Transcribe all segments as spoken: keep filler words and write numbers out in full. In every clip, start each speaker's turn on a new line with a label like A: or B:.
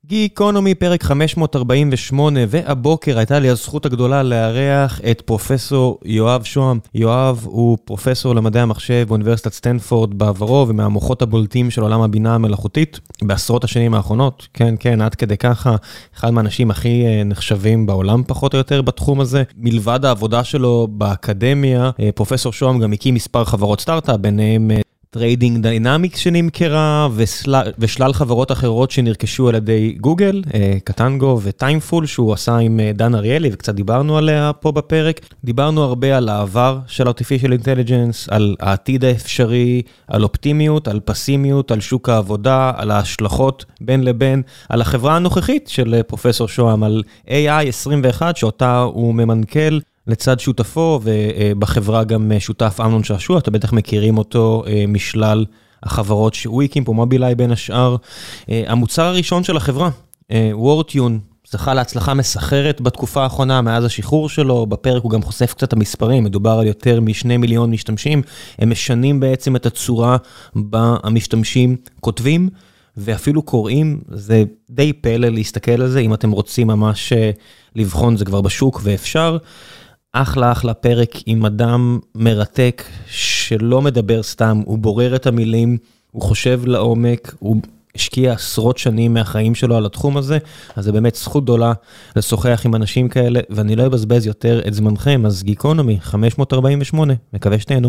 A: גיקונומי פרק חמש מאות ארבעים ושמונה, והבוקר הייתה לי הזכות הגדולה לארח את פרופסור יואב שוהם. יואב הוא פרופסור למדעי המחשב באוניברסיטת סטנפורד בעברו, ומהמוחות הבולטים של עולם הבינה המלאכותית בעשרות השנים האחרונות. כן, כן, עד כדי ככה, אחד מהאנשים הכי נחשבים בעולם פחות או יותר בתחום הזה. מלבד העבודה שלו באקדמיה, פרופסור שוהם גם הקים מספר חברות סטארט-אפ, ביניהם טריידינג דיינמיקס שנמכרה, ושלל, ושלל חברות אחרות שנרכשו על ידי גוגל, קטנגו וטיימפול, שהוא עשה עם דן אריאלי, וקצת דיברנו עליה פה בפרק. דיברנו הרבה על העבר של Artificial Intelligence, על העתיד האפשרי, על אופטימיות, על פסימיות, על שוק העבודה, על ההשלכות בין לבין, על החברה הנוכחית של פרופסור שוהם, על איי איי עשרים ואחת, שאותה הוא ממנכ"ל, לצד שותפו, ובחברה גם שותף אמנון שעשוע, אתה בטח מכירים אותו משלל החברות שהוא הקים פה, מובילאיי בין השאר. המוצר הראשון של החברה, וורטיון, זכה להצלחה מסחרת בתקופה האחרונה, מאז השחרור שלו. בפרק הוא גם חושף קצת המספרים, מדובר על יותר משני מיליון משתמשים, הם משנים בעצם את הצורה בה המשתמשים כותבים, ואפילו קוראים. זה די פלא להסתכל על זה, אם אתם רוצים ממש לבחון זה כבר בשוק ואפשר. אחלה אחלה פרק עם אדם מרתק שלא מדבר סתם, הוא בורר את המילים, הוא חושב לעומק, הוא השקיע עשרות שנים מהחיים שלו על התחום הזה, אז זה באמת זכות גדולה לשוחח עם אנשים כאלה, ואני לא אבזבז יותר את זמנכם. אז גיקונומי חמש מאות ארבעים ושמונה, מקווה שתהנו.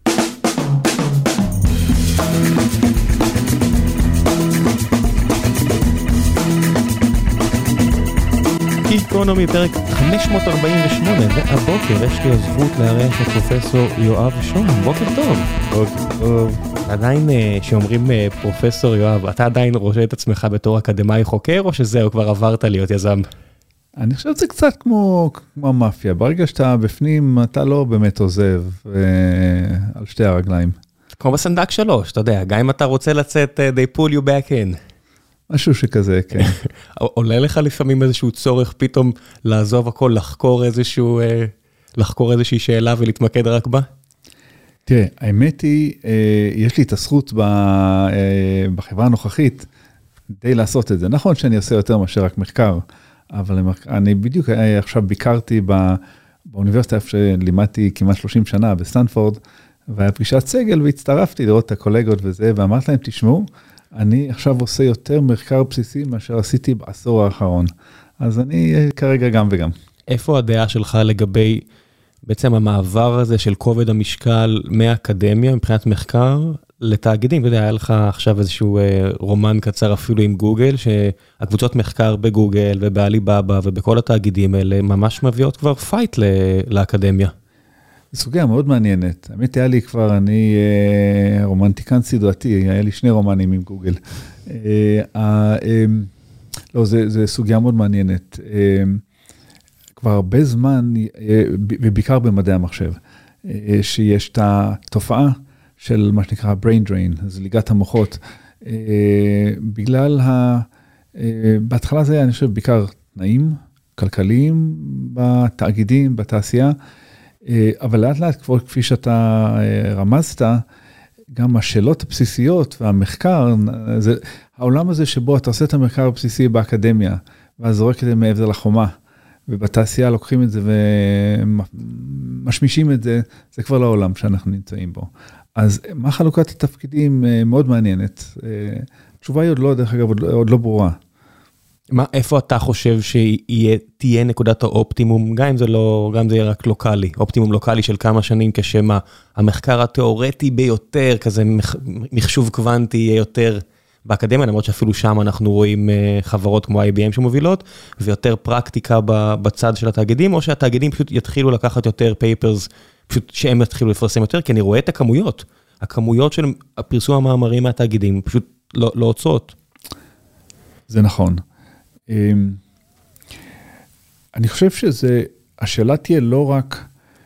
A: גיקונומי פרק חמש מאות ארבעים ושמונה, והבוקר יש לי הזכות לארח את פרופסור יואב שוהם. בוקר טוב.
B: בוקר טוב.
A: עדיין שאומרים פרופסור יואב, אתה עדיין רואה את עצמך בתור אקדמאי חוקר, או שזהו, כבר עברת להיות יזם?
B: אני חושב שזה קצת כמו, כמו מאפיה. ברגע שאתה בפנים, אתה לא באמת עוזב אה, על שתי הרגליים.
A: כמו בסנדק שלוש, אתה יודע, גם אם אתה רוצה לצאת, they pull you back in.
B: משהו שכזה, כן.
A: עולה לך לפעמים איזשהו צורך פתאום לעזוב הכל, לחקור איזשהו, לחקור איזושהי שאלה ולהתמקד רק בה?
B: תראה, האמת היא, יש לי את הזכות בחברה הנוכחית די לעשות את זה. נכון שאני עושה יותר מאשר רק מחקר, אבל אני בדיוק עכשיו ביקרתי באוניברסיטה איפה שלימדתי כמעט שלושים שנה בסטנפורד, והיה פגישת סגל והצטרפתי לראות את הקולגות וזה, ואמרת להם, תשמעו, אני עכשיו עושה יותר מחקר בסיסי מאשר עשיתי בעשור האחרון. אז אני כרגע גם וגם.
A: איפה הדעה שלך לגבי בעצם המעבר הזה של כובד המשקל מהאקדמיה מבחינת מחקר לתאגידים? אתה יודע, היה לך עכשיו איזשהו רומן קצר אפילו עם גוגל, שהקבוצות מחקר בגוגל ובאליבאבא ובכל התאגידים האלה ממש מביאות כבר פייט לאקדמיה.
B: זו סוגיה מאוד מעניינת. האמת, היה לי כבר, אני אה, רומנטיקן סדרתי, היה לי שני רומנים עם גוגל. אה, אה, אה, לא, זה, זה סוגיה מאוד מעניינת. אה, כבר הרבה זמן, אה, ובעיקר במדעי המחשב, אה, שיש את התופעה של מה שנקרא brain drain, זליגת המוחות, אה, בגלל, ה, אה, בהתחלה זה היה, אני חושב, בעיקר תנאים כלכליים בתאגידים, בתעשייה, אבל לאט לאט, כפי שאתה רמזת, גם השאלות הבסיסיות והמחקר, זה, העולם הזה שבו אתה עושה את המחקר הבסיסי באקדמיה, ואז זורק את זה מעבר לחומה, ובתעשייה לוקחים את זה ומשמישים את זה, זה כבר לעולם שאנחנו נמצאים בו. אז מה חלוקת התפקידים מאוד מעניינת? התשובה היא עוד לא, דרך אגב, עוד, עוד לא ברורה.
A: מה, איפה אתה חושב שתהיה נקודת האופטימום, גם אם זה לא, גם זה יהיה רק לוקלי, אופטימום לוקלי של כמה שנים, כשמה המחקר התיאורטי ביותר, כזה מחשוב קוונטי יהיה יותר באקדמיה, למרות שאפילו שם אנחנו רואים חברות כמו איי בי אם שמובילות, ויותר פרקטיקה בצד של התאגידים, או שהתאגידים פשוט יתחילו לקחת יותר פייפרס, פשוט שהם יתחילו לפרסם יותר, כי אני רואה את הכמויות, הכמויות של הפרסום המאמרים מהתאגידים, פשוט לא, לא עוצרות.
B: זה נכון. אני חושב שזה, השאלה תהיה לא רק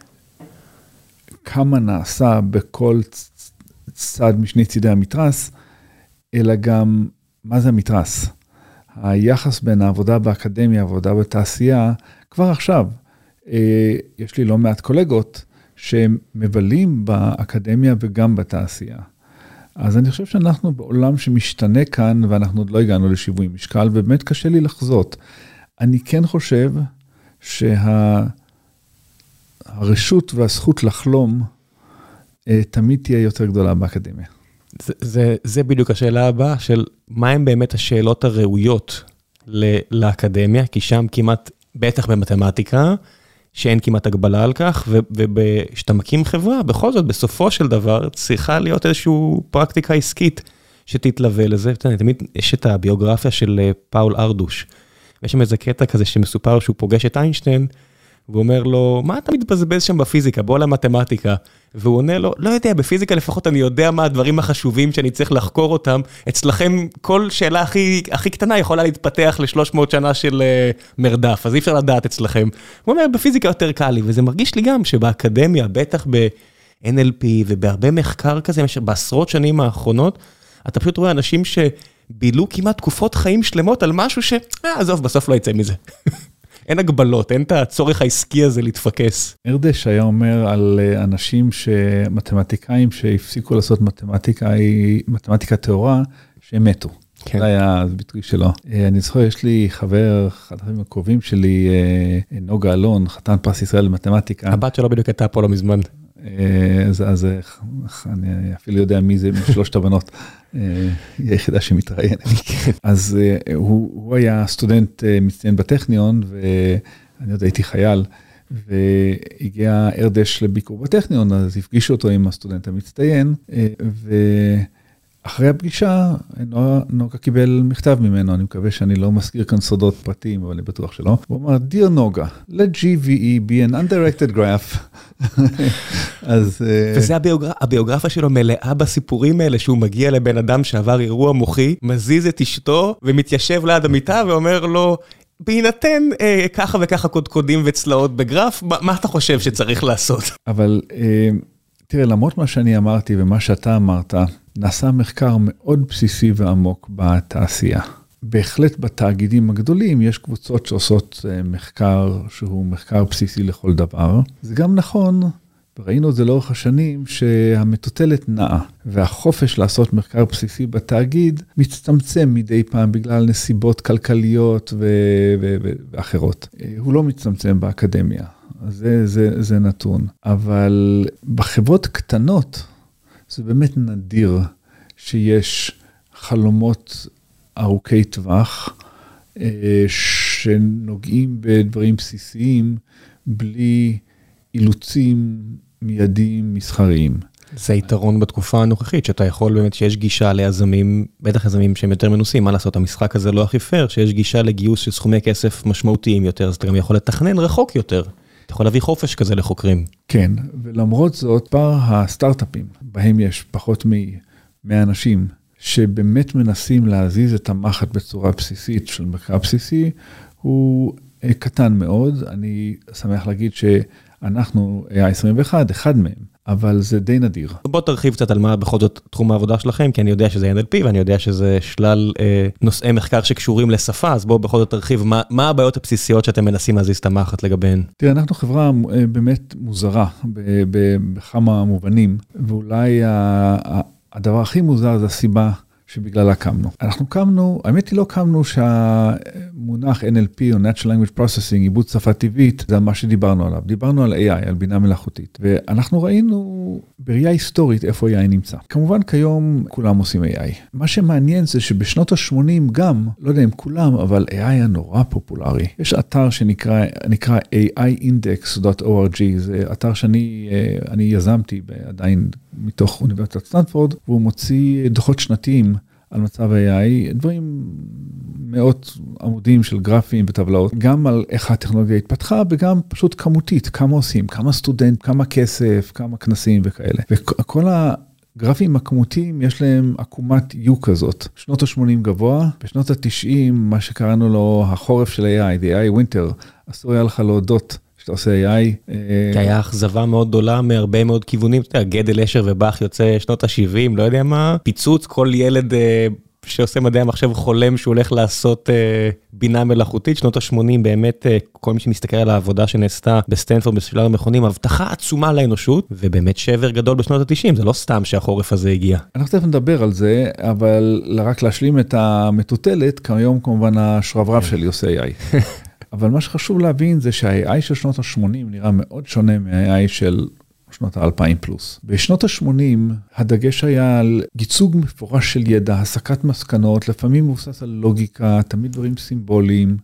B: כמה נעשה בכל צד משני צידי המתרס, אלא גם מה זה המתרס. היחס בין העבודה באקדמיה, העבודה בתעשייה, כבר עכשיו, יש לי לא מעט קולגות שמבלים באקדמיה וגם בתעשייה. אז אני חושב שאנחנו בעולם שמשתנה כאן, ואנחנו עוד לא הגענו לשיווי משקל, ובאמת קשה לי לחזות. אני כן חושב שהרשות והזכות לחלום, תמיד תהיה יותר גדולה באקדמיה.
A: זה, זה, זה בדיוק השאלה הבאה של מה הם באמת השאלות הראויות לאקדמיה, כי שם כמעט, בטח במתמטיקה, שאין כמעט הגבלה על כך, וכשאתה מקים חברה, בכל זאת, בסופו של דבר, צריכה להיות איזושהי פרקטיקה עסקית שתתלווה לזה. תמיד יש את הביוגרפיה של פאול ארדוש, ויש שם איזה קטע כזה שמסופר שהוא פוגש את איינשטיין, והוא אומר לו, מה אתה מתבזבז שם בפיזיקה? בוא למתמטיקה. והוא עונה לו, לא יודע, בפיזיקה לפחות אני יודע מה הדברים החשובים שאני צריך לחקור אותם. אצלכם כל שאלה הכי, הכי קטנה יכולה להתפתח ל-שלוש מאות שנה של uh, מרדף, אז אי אפשר לדעת אצלכם. הוא אומר, בפיזיקה יותר קל לי, וזה מרגיש לי גם שבאקדמיה, בטח ב-אן אל פי ובהרבה מחקר כזה, בעשרות שנים האחרונות, אתה פשוט רואה אנשים שבילו כמעט תקופות חיים שלמות על משהו ש... אה, עזוב, בסוף לא יצא מזה. אין הגבלות, אין את הצורך העסקי הזה להתפקס.
B: ארדש היה אומר על אנשים שמתמטיקאים שהפסיקו לעשות מתמטיקה, מתמטיקה תיאורה, שהם מתו. כן. זה היה הביטוי שלו. אני זוכר, יש לי חבר, אחד הקרובים שלי, נוגה אלון, חתן פרס ישראל למתמטיקה.
A: הבת שלו בדיוק הייתה פה לא מזמן.
B: אז, אז אני אפילו יודע מי זה, משלושת הבנות, היא היחידה שמתראיינת. אז הוא, הוא היה סטודנט מצטיין בטכניון, ואני יודע, הייתי חייל, והגיע ארדש לביקור בטכניון, אז הפגישו אותו עם הסטודנט המצטיין, ואחרי הפגישה, נוגה קיבל מכתב ממנו, אני מקווה שאני לא מזכיר כאן סודות פרטיים, אבל אני בטוח שלא. הוא אמר, Dear נוגה, let ג'י וי אי be an undirected graph. אז...
A: וזה הביוגרפיה שלו מלאה בסיפורים האלה, שהוא מגיע לבן אדם שעבר אירוע מוחי, מזיז את אשתו, ומתיישב ליד המיטה ואומר לו, בהינתן אה, ככה וככה קודקודים וצלעות בגרף, מה, מה אתה חושב שצריך לעשות?
B: אבל אה, תראה, למרות מה שאני אמרתי ומה שאתה אמרת, נעשה מחקר מאוד בסיסי ועמוק בתעשייה. בהחלט בתאגידים הגדולים יש קבוצות שעושות מחקר שהוא מחקר בסיסי לכל דבר. זה גם נכון, וראינו את זה לאורך השנים, שהמטוטלת נעה, והחופש לעשות מחקר בסיסי בתאגיד מצטמצם מדי פעם בגלל נסיבות כלכליות ו- ו- ו- ואחרות. הוא לא מצטמצם באקדמיה, זה, זה, זה נתון. אבל בחברות קטנות זה באמת נדיר שיש חלומות ארוכי טווח, שנוגעים בדברים בסיסיים, בלי אילוצים מיידיים מסחריים.
A: זה יתרון בתקופה הנוכחית, שאתה יכול באמת שיש גישה ליזמים, בטח יזמים שהם יותר מנוסים, מה לעשות, המשחק הזה לא הכי פייר, שיש גישה לגיוס של סכומי כסף משמעותיים יותר, אז אתה גם יכול לתכנן רחוק יותר. אתה יכול להביא חופש כזה לחוקרים.
B: כן, ולמרות זאת, פער הסטארט-אפים, בהם יש פחות מ-מאה אנשים, שבאמת מנסים להזיז את המחט בצורה בסיסית של מחקר בסיסי, הוא קטן מאוד. אני שמח להגיד שאנחנו ה-עשרים ואחת, אחד מהם, אבל זה די נדיר.
A: בוא תרחיב קצת על מה בכל זאת תחום העבודה שלכם, כי אני יודע שזה אן אל פי, ואני יודע שזה שלל אה, נושאי מחקר שקשורים לשפה, אז בוא בכל זאת תרחיב, מה, מה הבעיות הבסיסיות שאתם מנסים להזיז את המחט לגביהן?
B: תראה, אנחנו חברה אה, באמת מוזרה, ב- ב- בכמה מובנים, ואולי ה- ה- הדבר הכי מוזר זה הסיבה שבגללה קמנו. אנחנו קמנו, האמת היא לא קמנו שהמונח אן אל פי או Natural Language Processing, עיבוד שפה טבעית, זה מה שדיברנו עליו. דיברנו על איי איי, על בינה מלאכותית. ואנחנו ראינו בראייה היסטורית איפה איי איי נמצא. כמובן כיום כולם עושים איי איי. מה שמעניין זה שבשנות ה-שמונים גם, לא יודע אם כולם, אבל איי איי היה נורא פופולרי. יש אתר שנקרא נקרא איי איי אינדקס דוט או אר ג'י, זה אתר שאני אני יזמתי עדיין מתוך אוניברסיטת סטנפורד, והוא מוציא דוחות שנתיים על מצב ה-איי איי, דברים מאות עמודים של גרפים וטבלאות, גם על איך הטכנולוגיה התפתחה, וגם פשוט כמותית, כמה עושים, כמה סטודנט, כמה כסף, כמה כנסים וכאלה. וכל הגרפים הכמותיים יש להם עקומת U כזאת. שנות ה-שמונים גבוה, בשנות ה-תשעים, מה שקראנו לו החורף של איי איי, the איי איי winter, אסור היה לך להודות שאתה עושה איי איי.
A: כי היה אכזבה מאוד גדולה מהרבה מאוד כיוונים, אתה יודע, גדל אשר ובח יוצא שנות ה-שבעים, לא יודע מה, פיצוץ, כל ילד שעושה מדעי המחשב חולם שהוא הולך לעשות אה, בינה מלאכותית, שנות ה-שמונים באמת, אה, כל מי שמסתכל על העבודה שנעשתה בסטנפורד, בשלל המכונים, הבטחה עצומה לאנושות, ובאמת שבר גדול בשנות ה-תשעים, זה לא סתם שהחורף הזה הגיע.
B: אנחנו תכף נדבר על זה, אבל רק להשלים את המטוטלת, כיום כמובן השרברב שלי עושה איי איי. אבל מה שחשוב להבין זה שה-איי איי של שנות ה-שמונים נראה מאוד שונה מה-איי איי של שנות ה-אלפיים פלוס. בשנות ה-שמונים הדגש היה על ייצוג מפורש של ידע, הסקת מסקנות, לפעמים מבוסס על לוגיקה, תמיד דברים סימבוליים.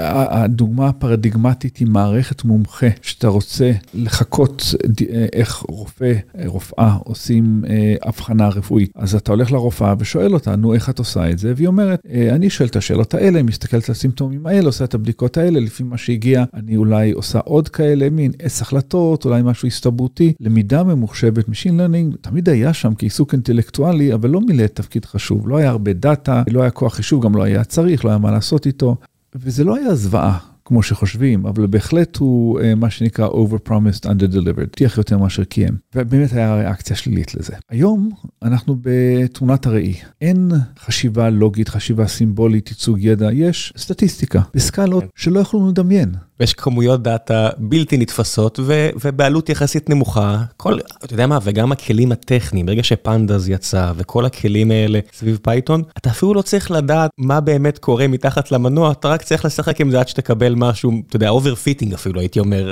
B: הדוגמה הפרדיגמטית היא מערכת מומחה, שאתה רוצה לחכות איך רופא, רופאה עושים הבחנה רפואית. אז אתה הולך לרופאה ושואל אותה, נו איך את עושה את זה? והיא אומרת, אני שואל את השאלות האלה, מסתכלת על הסימפטומים האלה, עושה את הבדיקות האלה, לפי מה שהגיע, אני אולי עושה עוד כאלה, מין עשר החלטות, אולי משהו הסתברותי. למידה ממוחשבת, Machine Learning, תמיד היה שם כעיסוק אינטלקטואלי, אבל לא מילא תפקיד חשוב. לא היה הרבה דאטה, לא היה כוח חישוב, גם לא היה צריך, לא היה מה לעשות איתו. וזה לא היה זוועה, כמו שחושבים, אבל בהחלט הוא מה שנקרא over-promised, under-delivered, תיח יותר מאשר קיים. ובאמת היה ריאקציה שלילית לזה. היום אנחנו בתמונת הראי. אין חשיבה לוגית, חשיבה סימבולית, ייצוג ידע, יש סטטיסטיקה, בסקלות שלא יכולנו לדמיין.
A: ויש כמויות דאטה בלתי נתפסות, ו- ובעלות יחסית נמוכה. כל, אתה יודע מה, וגם הכלים הטכניים, ברגע שפנדז יצא, וכל הכלים האלה סביב פייתון, אתה אפילו לא צריך לדעת מה באמת קורה מתחת למנוע, אתה רק צריך לשחק עם זה עד שתקבל משהו, אתה יודע, אוברפיטינג אפילו, הייתי אומר,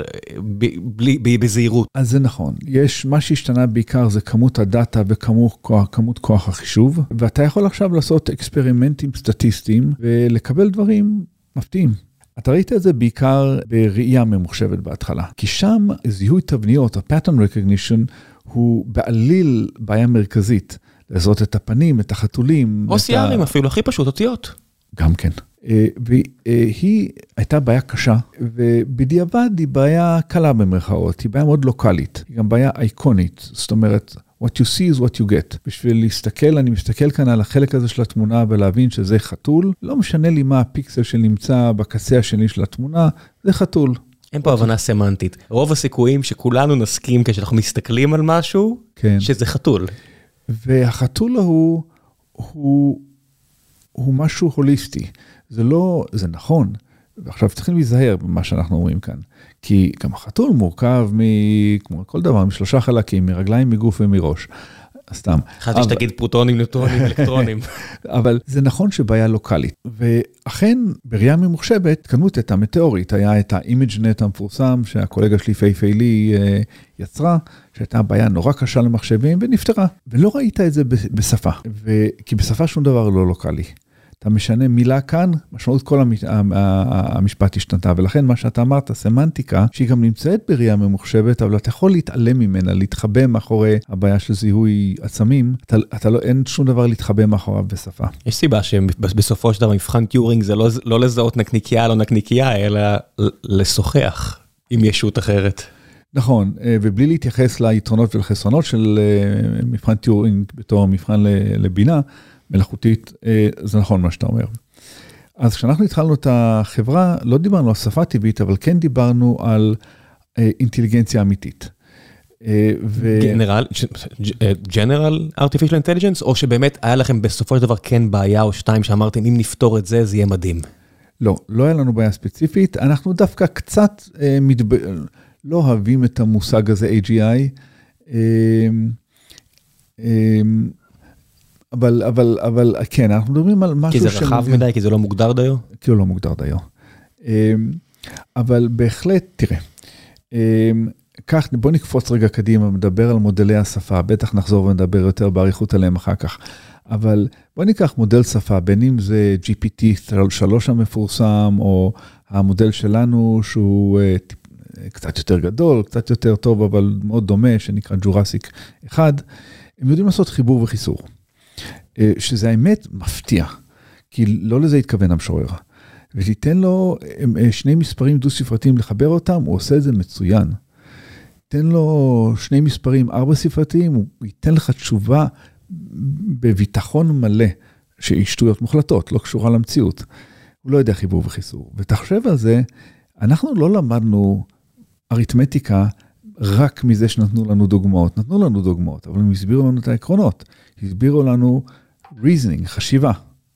A: בלי, ב- בזהירות.
B: אז זה נכון. יש, מה שהשתנה בעיקר זה כמות הדאטה וכמות כוח, כמות כוח החישוב, ואתה יכול עכשיו לעשות אקספרימנטים סטטיסטיים, ולקבל דברים מפתיעים. אתה ראית את זה בעיקר בראייה ממוחשבת בהתחלה, כי שם זיהוי תבניות, ה-pattern recognition, הוא בעליל בעיה מרכזית, לזהות את הפנים, את החתולים.
A: או סיירים אפילו, הכי פשוט, אותיות.
B: גם כן. והיא הייתה בעיה קשה, ובדיעבד היא בעיה קלה במרכאות, היא בעיה מאוד לוקלית, היא גם בעיה אייקונית, זאת אומרת, what you see is what you get. בשביל להסתכל, אני מסתכל כאן על החלק הזה של התמונה ולהבין שזה חתול, לא משנה לי מה הפיקסל שנמצא בקצה השני של התמונה, זה חתול.
A: אין פה הבנה סמנטית. רוב הסיכויים שכולנו נסכים כשאנחנו מסתכלים על משהו, כן. שזה חתול.
B: והחתול הוא, הוא, הוא משהו הוליסטי. זה לא, זה נכון. ועכשיו צריכים להיזהר במה שאנחנו אומרים כאן. כי גם החתול מורכב מ... כמו כל דבר, משלושה חלקים, מרגליים, מגוף ומראש. סתם.
A: חשבתי שתגיד פרוטונים, ניוטרונים, אלקטרונים.
B: אבל זה נכון שבעיה לוקלית. ואכן, בראייה ממוחשבת, התקדמות הייתה מטאורית. היה את ה-ImageNet המפורסם, שהקולגה שלי פי פי לי יצרה, שהייתה בעיה נורא קשה למחשבים, ונפתרה. ולא ראית את זה בשפה. ו... כי בשפה שום דבר לא לוקלי. אתה משנה מילה כאן, משמעות כל המשפט השתנתה, ולכן מה שאתה אמרת, סמנטיקה, שהיא גם נמצאת בראייה ממוחשבת, אבל אתה יכול להתעלם ממנה, להתחבא מאחורי הבעיה של זיהוי עצמים, אתה, אתה לא, אין שום דבר להתחבא מאחוריו בשפה.
A: יש סיבה שבסופו של דבר מבחן טיורינג זה לא, לא לזהות נקניקייה, לא נקניקייה, אלא לשוחח עם ישות אחרת.
B: נכון, ובלי להתייחס ליתרונות ולחסרונות של מבחן טיורינג בתור מבחן לבינה, מלאכותית, זה נכון מה שאתה אומר. אז כשאנחנו התחלנו את החברה, לא דיברנו על שפה טבעית, אבל כן דיברנו על אינטליגנציה אמיתית.
A: גנרל, ג'נרל ארטיפישיאל אינטליג'נס, או שבאמת היה לכם בסופו של דבר כן בעיה או שתיים שאמרתם, אם נפתור את זה, זה יהיה מדהים?
B: לא, לא היה לנו בעיה ספציפית, אנחנו דווקא קצת לא אוהבים את המושג הזה איי ג'י איי, אבל, אבל, אבל, כן, אנחנו מדברים על משהו...
A: כי זה רחב של... מדי, כי זה לא מוגדר דיו?
B: כי הוא לא מוגדר דיו. אבל בהחלט, תראה, כך, בוא נקפוץ רגע קדימה, מדבר על מודלי השפה, בטח נחזור ונדבר יותר בעריכות עליהם אחר כך, אבל בוא ניקח מודל שפה, בין אם זה ג'י פי טי שלוש המפורסם, או המודל שלנו, שהוא קצת יותר גדול, קצת יותר טוב, אבל מאוד דומה, שנקרא ג'ורסיק אחד, הם יודעים לעשות חיבור וחיסור. שזה האמת מפתיע, כי לא לזה התכוון המשורר. ותיתן לו שני מספרים דו-ספרתיים לחבר אותם, הוא עושה את זה מצוין. תן לו שני מספרים ארבע ספרתיים, הוא ייתן לך תשובה בביטחון מלא, שהיא שטויות מוחלטות, לא קשורה למציאות. הוא לא יודע חיבור וחיסור. ותחשב על זה, אנחנו לא למדנו אריתמטיקה רק מזה שנתנו לנו דוגמאות. נתנו לנו דוגמאות, אבל הם הסבירו לנו את העקרונות. הסבירו לנו reasoning, חשיבה.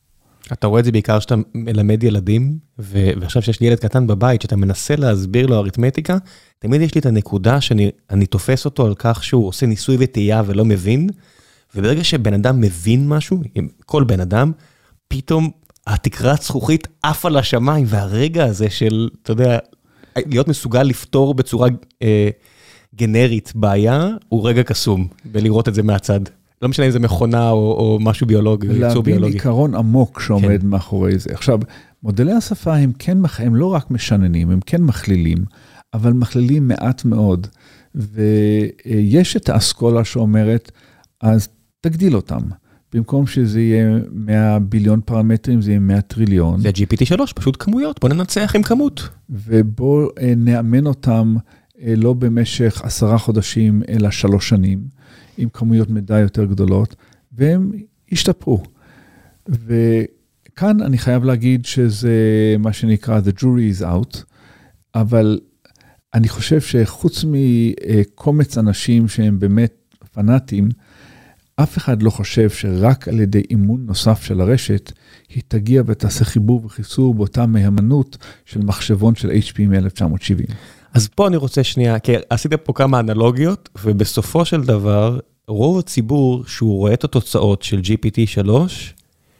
A: אתה רואה את זה בעיקר שאתה מלמד ילדים, ועכשיו שיש לי ילד קטן בבית, שאתה מנסה להסביר לו אריתמטיקה, תמיד יש לי את הנקודה שאני תופס אותו על כך שהוא עושה ניסוי וטעייה ולא מבין, וברגע שבן אדם מבין משהו, כל בן אדם, פתאום התקרת זכוכית עף על השמיים, והרגע הזה של, אתה יודע, להיות מסוגל לפתור בצורה אה, גנרית בעיה, הוא רגע קסום, ולראות את זה מהצד. לא משנה אם זה מכונה או, או משהו ביולוגי, ייצור ביולוגי.
B: להבין עיקרון עמוק שעומד כן. מאחורי זה. עכשיו, מודלי השפה הם כן, הם לא רק משננים, הם כן מכלילים, אבל מכלילים מעט מאוד, ויש את האסכולה שאומרת, אז תגדיל אותם. במקום שזה יהיה מאה ביליון פרמטרים, זה יהיה מאה טריליון.
A: זה ג'י פי טי שלוש, פשוט כמויות, בוא ננצח עם כמות.
B: ובוא נאמן אותם לא במשך עשרה חודשים, אלא שלוש שנים, עם כמויות מידע יותר גדולות, והם השתפרו. וכאן אני חייב להגיד שזה מה שנקרא The jury is out, אבל אני חושב שחוץ מקומץ אנשים שהם באמת פנאטים, אף אחד לא חושב שרק על ידי אימון נוסף של הרשת, היא תגיע ותעשה חיבור וחיסור באותה מהימנות של מחשבון של אייץ' פי מ-אלף תשע מאות שבעים.
A: אז פה אני רוצה שנייה, כי עשית פה כמה אנלוגיות, ובסופו של דבר, רוב הציבור שהוא רואה את התוצאות של ג'י פי טי שלוש,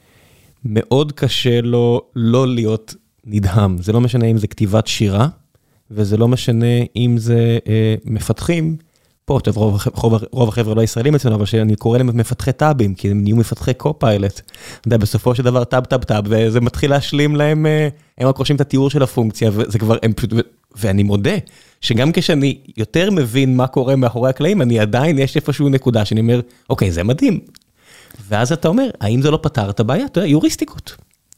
A: מאוד קשה לו לא להיות נדהם. זה לא משנה אם זה כתיבת שירה, וזה לא משנה אם זה אה, מפתחים, פה, טוב, רוב, רוב, רוב החבר'ה לא ישראלים אצלנו, אבל שאני קורא להם מפתחי טאבים, כי הם נהיו מפתחי קופיילוט. אתה יודע, בסופו של דבר טאב, טאב, טאב, וזה מתחיל להשלים להם, הם רק רושמים את התיאור של הפונקציה, וזה כבר, הם פשוט, ואני מודה, שגם כשאני יותר מבין מה קורה מאחורי הקלעים, אני עדיין, יש איפשהו נקודה, שאני אומר, אוקיי, זה מדהים. ואז אתה אומר, האם זה לא פתר את הבעיה? אתה יודע, יוריסטיקות.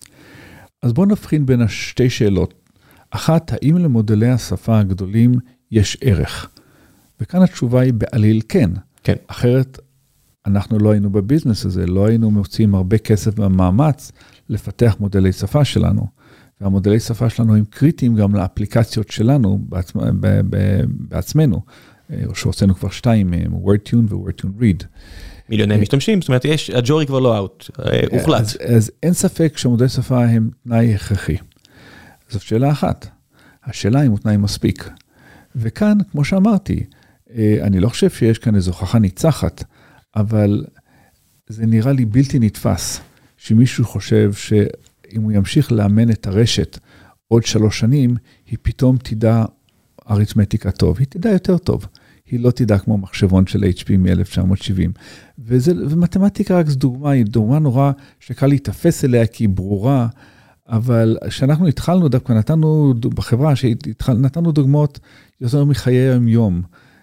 B: אז בואו נבחין בין השתי שאלות. אחת, האם למודלי השפה הגדולים יש ערך? וכאן התשובה היא בעליל כן.
A: כן.
B: אחרת, אנחנו לא היינו בביזנס הזה, לא היינו מוצאים הרבה כסף במאמץ לפתח מודלי שפה שלנו. והמודלי שפה שלנו הם קריטיים גם לאפליקציות שלנו בעצמ... ב... ב... בעצמנו, שהוצאנו כבר שתיים מהם, WordTune ו-WordTune Read.
A: מיליוני משתמשים, זאת אומרת, יש, הג'ורי כבר לא אאוט, הוחלט.
B: אז, אז אין ספק שמודלי שפה הם תנאי הכרחי. זאת שאלה אחת. השאלה אם הוא תנאי מספיק. וכאן, כמו שאמרתי, אני לא חושב שיש כאן איזו הוכחה ניצחת, אבל זה נראה לי בלתי נתפס, שמישהו חושב שאם הוא ימשיך לאמן את הרשת עוד שלוש שנים, היא פתאום תדע אריתמטיקה טוב, היא תדע יותר טוב. היא לא תדע כמו מחשבון של אייץ' פי מ-אלף תשע מאות שבעים. וזה, ומתמטיקה רק זו דוגמה, היא דוגמה נורא שקל להתאפס אליה, כי היא ברורה, אבל כשאנחנו התחלנו, דווקא נתנו בחברה, נתנו דוגמאות יותר מחיי היום יום.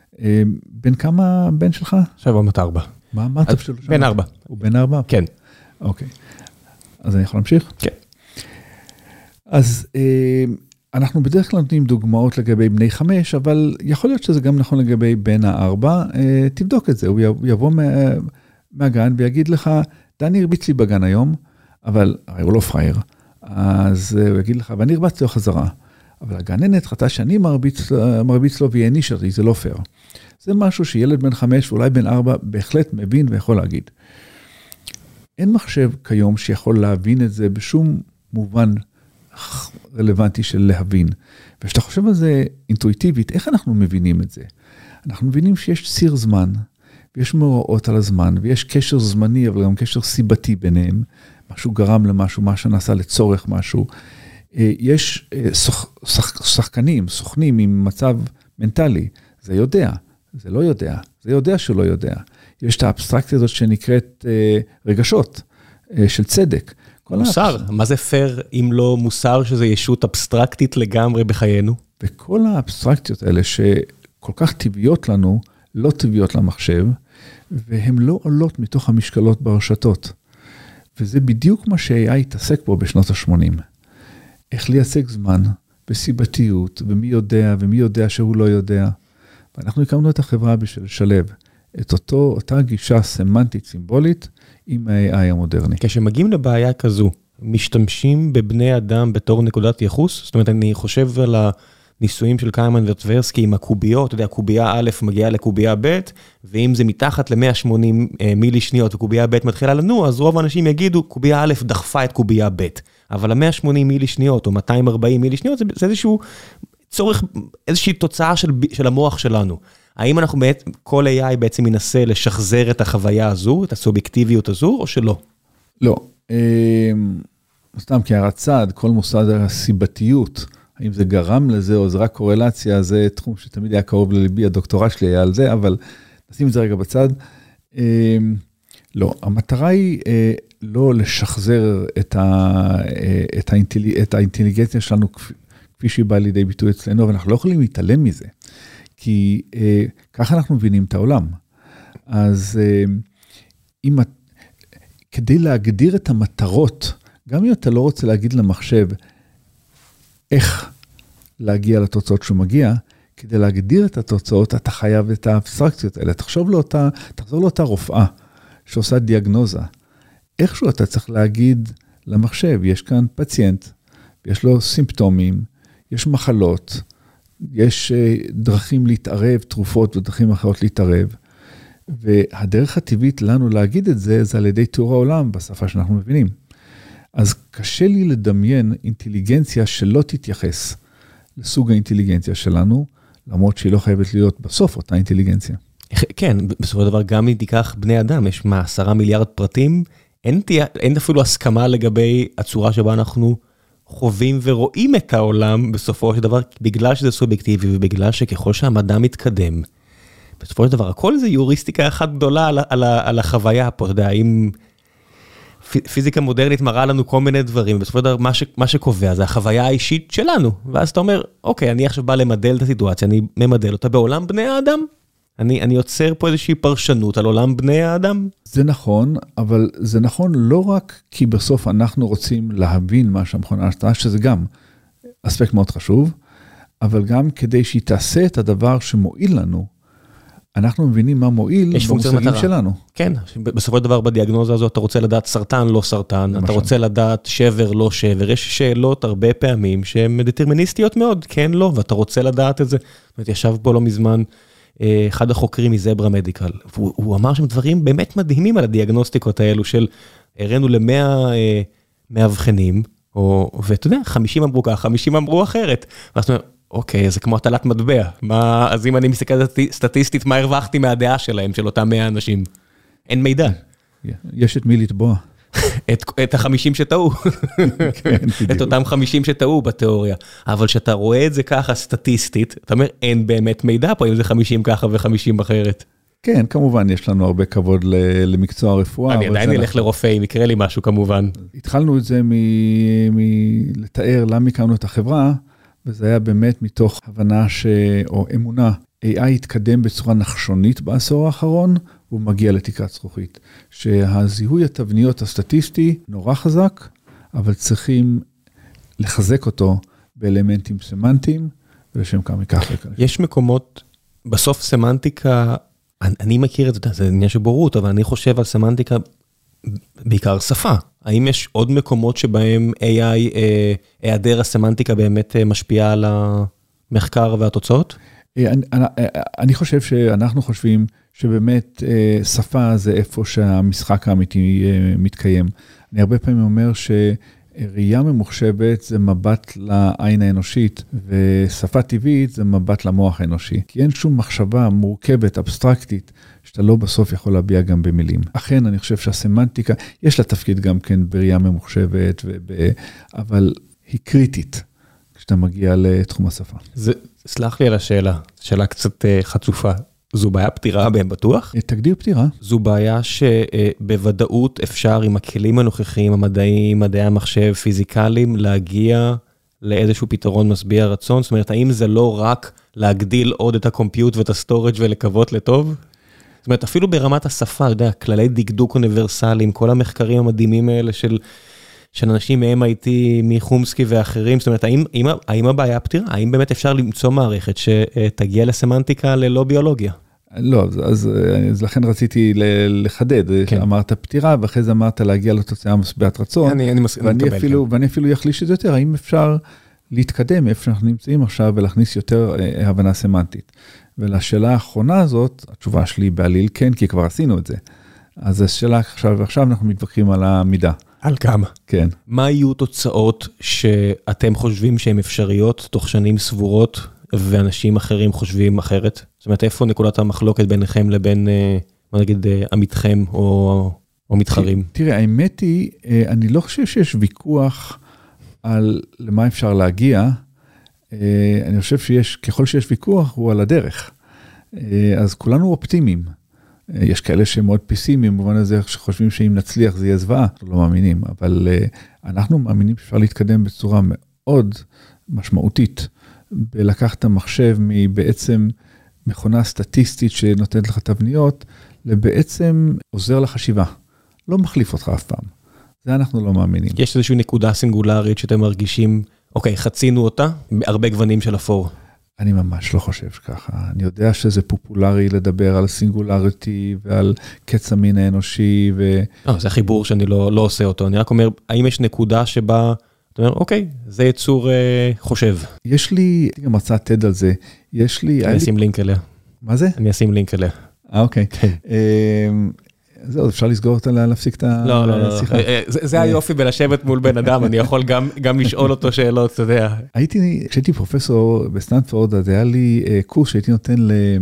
B: בן כמה בן שלך?
A: עכשיו עומת ארבע.
B: מה אמרת שלו?
A: בן ארבע.
B: הוא בן ארבע?
A: כן.
B: אוקיי. אז אני יכול להמשיך?
A: כן.
B: אז אנחנו בדרך כלל נותנים דוגמאות לגבי בני חמש, אבל יכול להיות שזה גם נכון לגבי בן הארבע. תבדוק את זה, הוא יבוא מהגן ויגיד לך, דני הרביץ לי בגן היום, אבל הרי הוא לא פרייר. אז הוא יגיד לך, ואני הרבצתי לו חזרה. אבל הגננת חטא שאני מרביץ, מרביץ לו ויעניש אותי, זה לא פייר. זה משהו שילד בן חמש, ואולי בן ארבע, בהחלט מבין ויכול להגיד. אין מחשב כיום שיכול להבין את זה בשום מובן רלוונטי של להבין. וכשאתה חושב על זה אינטואיטיבית, איך אנחנו מבינים את זה? אנחנו מבינים שיש ציר זמן, ויש מאורעות על הזמן, ויש קשר זמני, אבל גם קשר סיבתי ביניהם. משהו גרם למשהו, משהו נעשה לצורך משהו. יש שוח, שח, שחקנים, סוכנים עם מצב מנטלי. זה יודע, זה לא יודע, זה יודע שלא יודע. יש את האבסטרקציה הזאת שנקראת אה, רגשות אה, של צדק.
A: מוסר, האבס... מה זה פייר אם לא מוסר שזה ישות אבסטרקטית לגמרי בחיינו?
B: וכל האבסטרקציות האלה שכל כך טבעיות לנו, לא טבעיות למחשב, והן לא עולות מתוך המשקלות ברשתות. וזה בדיוק מה ש-איי איי התעסק פה בשנות ה-שמונים. איך לייצג זמן, בסיבתיות, ומי יודע, ומי יודע שהוא לא יודע. ואנחנו הקמנו את החברה בשביל לשלב את אותו, אותה גישה סמנטית סימבולית עם ה-איי איי המודרני.
A: כשמגיעים לבעיה כזו, משתמשים בבני אדם בתור נקודת יחוס? זאת אומרת, אני חושב על ניסויים של קיימן וטברסקי עם הקוביות, אתה יודע, קובייה א' מגיעה לקובייה ב', ואם זה מתחת ל-מאה ושמונים מילי שניות וקובייה ב' מתחילה לנוע, אז רוב האנשים יגידו, קובייה א' דחפה את קובייה ב', אבל ה-מאה ושמונים מילי שניות או מאתיים וארבעים מילי שניות, זה, זה איזשהו צורך, איזושהי תוצאה של, של המוח שלנו. האם אנחנו, כל איי איי בעצם ינסה לשחזר את החוויה הזו, את הסובייקטיביות הזו, או שלא?
B: לא. סתם כהערת צד, כל מוסד הסיבתיות, האם זה גרם לזה או זה רק קורלציה, זה תחום שתמיד היה קרוב לליבי, הדוקטורט שלי היה על זה, אבל נשים את זה רגע בצד. לא, המטרה היא לא לשחזר את, ה, את, האינטליג, את האינטליגנציה שלנו כפי שהיא באה לידי ביטוי אצלנו, אבל אנחנו לא יכולים להתעלם מזה, כי ככה אנחנו מבינים את העולם. אז אם, כדי להגדיר את המטרות, גם אם אתה לא רוצה להגיד למחשב, איך להגיע לתוצאות שהוא מגיע, כדי להגדיר את התוצאות, אתה חייב את האבסטרקציות האלה. תחשוב לאותה, תחזור לאותה רופאה שעושה דיאגנוזה. איכשהו אתה צריך להגיד למחשב, יש כאן פציינט, יש לו סימפטומים, יש מחלות, יש דרכים להתערב, תרופות ודרכים אחרות להתערב, והדרך הטבעית לנו להגיד את זה, זה על ידי תיאור העולם בשפה שאנחנו מבינים. אז קשה לי לדמיין אינטליגנציה שלא תתייחס לסוג האינטליגנציה שלנו, למרות שהיא לא חייבת להיות בסוף אותה אינטליגנציה.
A: כן, בסופו של דבר גם אם תיקח בני אדם, יש מה, עשרה מיליארד פרטים, אין, אין אפילו הסכמה לגבי הצורה שבה אנחנו חווים ורואים את העולם בסופו של דבר, בגלל שזה סובייקטיבי ובגלל שככל שהמדע מתקדם, בסופו של דבר הכל זה יוריסטיקה אחת גדולה על, על, על החוויה פה, אתה יודע, אם פיזיקה מודרנית מראה לנו כל מיני דברים, בסופו של דבר מה, ש, מה שקובע זה החוויה האישית שלנו, ואז אתה אומר, אוקיי, אני עכשיו בא למדל את הסיטואציה, אני ממדל אותה בעולם בני האדם, אני, אני יוצר פה איזושהי פרשנות על עולם בני האדם.
B: זה נכון, אבל זה נכון לא רק כי בסוף אנחנו רוצים להבין מה שהמכונה עשתה, שזה גם אספקט מאוד חשוב, אבל גם כדי שהיא תעשה את הדבר שמועיל לנו, אנחנו מבינים מה מועיל במושגים שלנו.
A: כן, בסופו של דבר בדיאגנוזה הזאת, אתה רוצה לדעת סרטן, לא סרטן, אתה רוצה לדעת שבר, לא שבר, יש שאלות הרבה פעמים שהן דטרמיניסטיות מאוד, כן, לא, ואתה רוצה לדעת את זה. זאת אומרת, ישב פה לא מזמן, אחד החוקרים מזברה מדיקל, והוא, הוא אמר שם דברים באמת מדהימים על הדיאגנוסטיקות האלו של, הראינו למאה מאבחנים, או, ואתה יודע, חמישים אמרו ככה, חמישים אמרו אחרת. ואז אתה אומר, אוקיי, זה כמו הטלת מטבע. מה, אז אם אני מסתכל סטטיסטית, מה הרווחתי מהדעה שלהם, של אותם מאה אנשים? אין מידע.
B: יש את מי לתבוע.
A: את, את החמישים שטעו.
B: כן, בדיוק.
A: את אותם חמישים שטעו בתיאוריה. אבל שאתה רואה את זה ככה סטטיסטית, אתה אומר, אין באמת מידע פה, אם זה חמישים ככה וחמישים אחרת.
B: כן, כמובן, יש לנו הרבה כבוד למקצוע הרפואה.
A: אני עדיין אלך לרופא, אם יקרה לי משהו כמובן.
B: התחלנו את זה מלתאר למה הקמנו את החברה, וזה היה באמת מתוך הבנה ש... או אמונה, איי איי התקדם בצורה נחשונית בעשור האחרון, והוא מגיע לתקרת זכוכית. שהזיהוי התבניות הסטטיסטי נורא חזק, אבל צריכים לחזק אותו באלמנטים סמנטיים, ולשם כך מכך.
A: יש מקומות, בסוף סמנטיקה, אני, אני מכיר את זה, זה עניין של בורות, אבל אני חושב על סמנטיקה בעיקר שפה. האם יש עוד מקומות שבהם איי איי, אה, היעדר הסמנטיקה באמת אה, משפיעה על המחקר והתוצאות?
B: אני, אני, אני חושב שאנחנו חושבים שבאמת אה, שפה זה איפה שהמשחק האמיתי אה, מתקיים. אני הרבה פעמים אומר שראייה ממוחשבת זה מבט לעין האנושית, ושפה טבעית זה מבט למוח האנושי. כי אין שום מחשבה מורכבת, אבסטרקטית, שאתה לא בסוף יכול להביע גם במילים. אכן, אני חושב שהסמנטיקה, יש לה תפקיד גם כן בראייה ממוחשבת, וב... אבל היא קריטית כשאתה מגיע לתחום השפה.
A: זה, סלח לי על השאלה, שאלה קצת חצופה. זו בעיה פתירה בהם בטוח?
B: תגדיר פתירה.
A: זו בעיה שבוודאות אפשר עם הכלים הנוכחיים, המדעיים, מדעי המחשב, פיזיקליים, להגיע לאיזשהו פתרון משביע רצון? זאת אומרת, האם זה לא רק להגדיל עוד את הקומפיוט ואת הסטורג' ולקוות לטוב? זאת אומרת, אפילו ברמת השפה, אתה יודע, כללי דקדוק אוניברסליים, כל המחקרים המדהימים האלה של, של אנשים מ-אם איי טי, מחומסקי ואחרים, זאת אומרת, האם, האם, האם הבעיה פתירה? האם באמת אפשר למצוא מערכת שתגיע לסמנטיקה ללא ביולוגיה?
B: לא, אז, אז, אז לכן רציתי לחדד, כן. אמרת פתירה, ואחרי זה אמרת להגיע לתוצאה משביעת רצון,
A: אני, אני מס...
B: ואני, אפילו, ואני אפילו יחליש את זה יותר, האם אפשר להתקדם איפה שאנחנו נמצאים עכשיו, ולהכניס יותר הבנה סמנטית. ולשאלה האחרונה הזאת, התשובה שלי בעליל כן, כי כבר עשינו את זה. אז השאלה עכשיו, ועכשיו אנחנו מתווכחים על המידה.
A: על כמה?
B: כן.
A: מה יהיו תוצאות שאתם חושבים שהן אפשריות תוך שנים סבורות, ואנשים אחרים חושבים אחרת? זאת אומרת, איפה נקודת המחלוקת ביניכם לבין, מה נגיד, עמיתכם או, או מתחרים?
B: תראה, האמת היא, אני לא חושב שיש ויכוח על למה אפשר להגיע. אני חושב שיש, ככל שיש ויכוח, הוא על הדרך. אז כולנו אופטימיים. יש כאלה שהם מאוד פיסימיים, במובן הזה שחושבים שאם נצליח זה יהיה זוועה, לא מאמינים, אבל אנחנו מאמינים שאפשר להתקדם בצורה מאוד משמעותית, בלקח את המחשב מבעצם מכונה סטטיסטית שנותנת לך תבניות, לבעצם עוזר לחשיבה. לא מחליף אותך אף פעם. זה אנחנו לא מאמינים.
A: יש איזושהי נקודה סינגולרית שאתם מרגישים, אוקיי, חצינו אותה, בהרבה גוונים של אפור.
B: אני ממש לא חושב ככה. אני יודע שזה פופולרי לדבר על סינגולריטי ועל קץ המין האנושי. ו...
A: לא, זה החיבור שאני לא, לא עושה אותו. אני רק אומר, האם יש נקודה שבה, אתה אומר, אוקיי, זה יצור אה, חושב.
B: יש לי, גם מצא תד על זה, יש לי...
A: אני אשים
B: לי...
A: לינק אליה.
B: מה זה?
A: אני אשים לינק אליה.
B: אה, אוקיי.
A: כן.
B: אה... זהו, אפשר לסגור אותה, להפסיק את השיחה.
A: לא, לא, לא. זה היופי בלשבת מול בן אדם, אני יכול גם לשאול אותו שאלות, אתה יודע.
B: הייתי, כשהייתי פרופסור בסטנפורד, אז היה לי קורס שהייתי נותן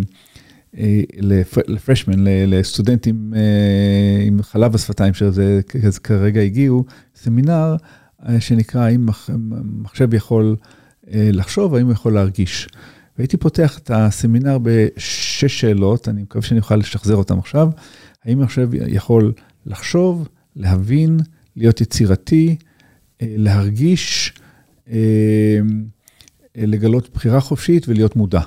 B: לפרשמן, לסטודנטים עם חלב השפתיים, שזה כרגע הגיעו, סמינר שנקרא, האם מחשב יכול לחשוב, האם הוא יכול להרגיש. והייתי פותח את הסמינר בשש שאלות, אני מקווה שאני אוכל לשחזר אותם עכשיו, האם עכשיו יכול לחשוב, להבין, להיות יצירתי, להרגיש, לגלות בחירה חופשית ולהיות מודע.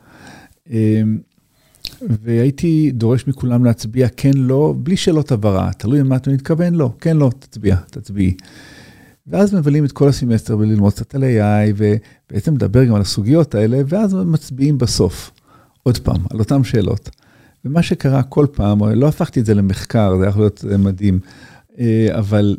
B: והייתי דורש מכולם להצביע כן, לא, בלי שאלות הבהרה, תלוי מה אתה מתכוון, לא, כן, לא, תצביע, תצביעי. ואז מבלים את כל הסמסטר וללמוד קצת על איי איי, ובעצם מדבר גם על הסוגיות האלה, ואז מצביעים בסוף, עוד פעם, על אותם שאלות. ומה שקרה כל פעם, לא הפכתי את זה למחקר, זה יכול להיות מדהים, אבל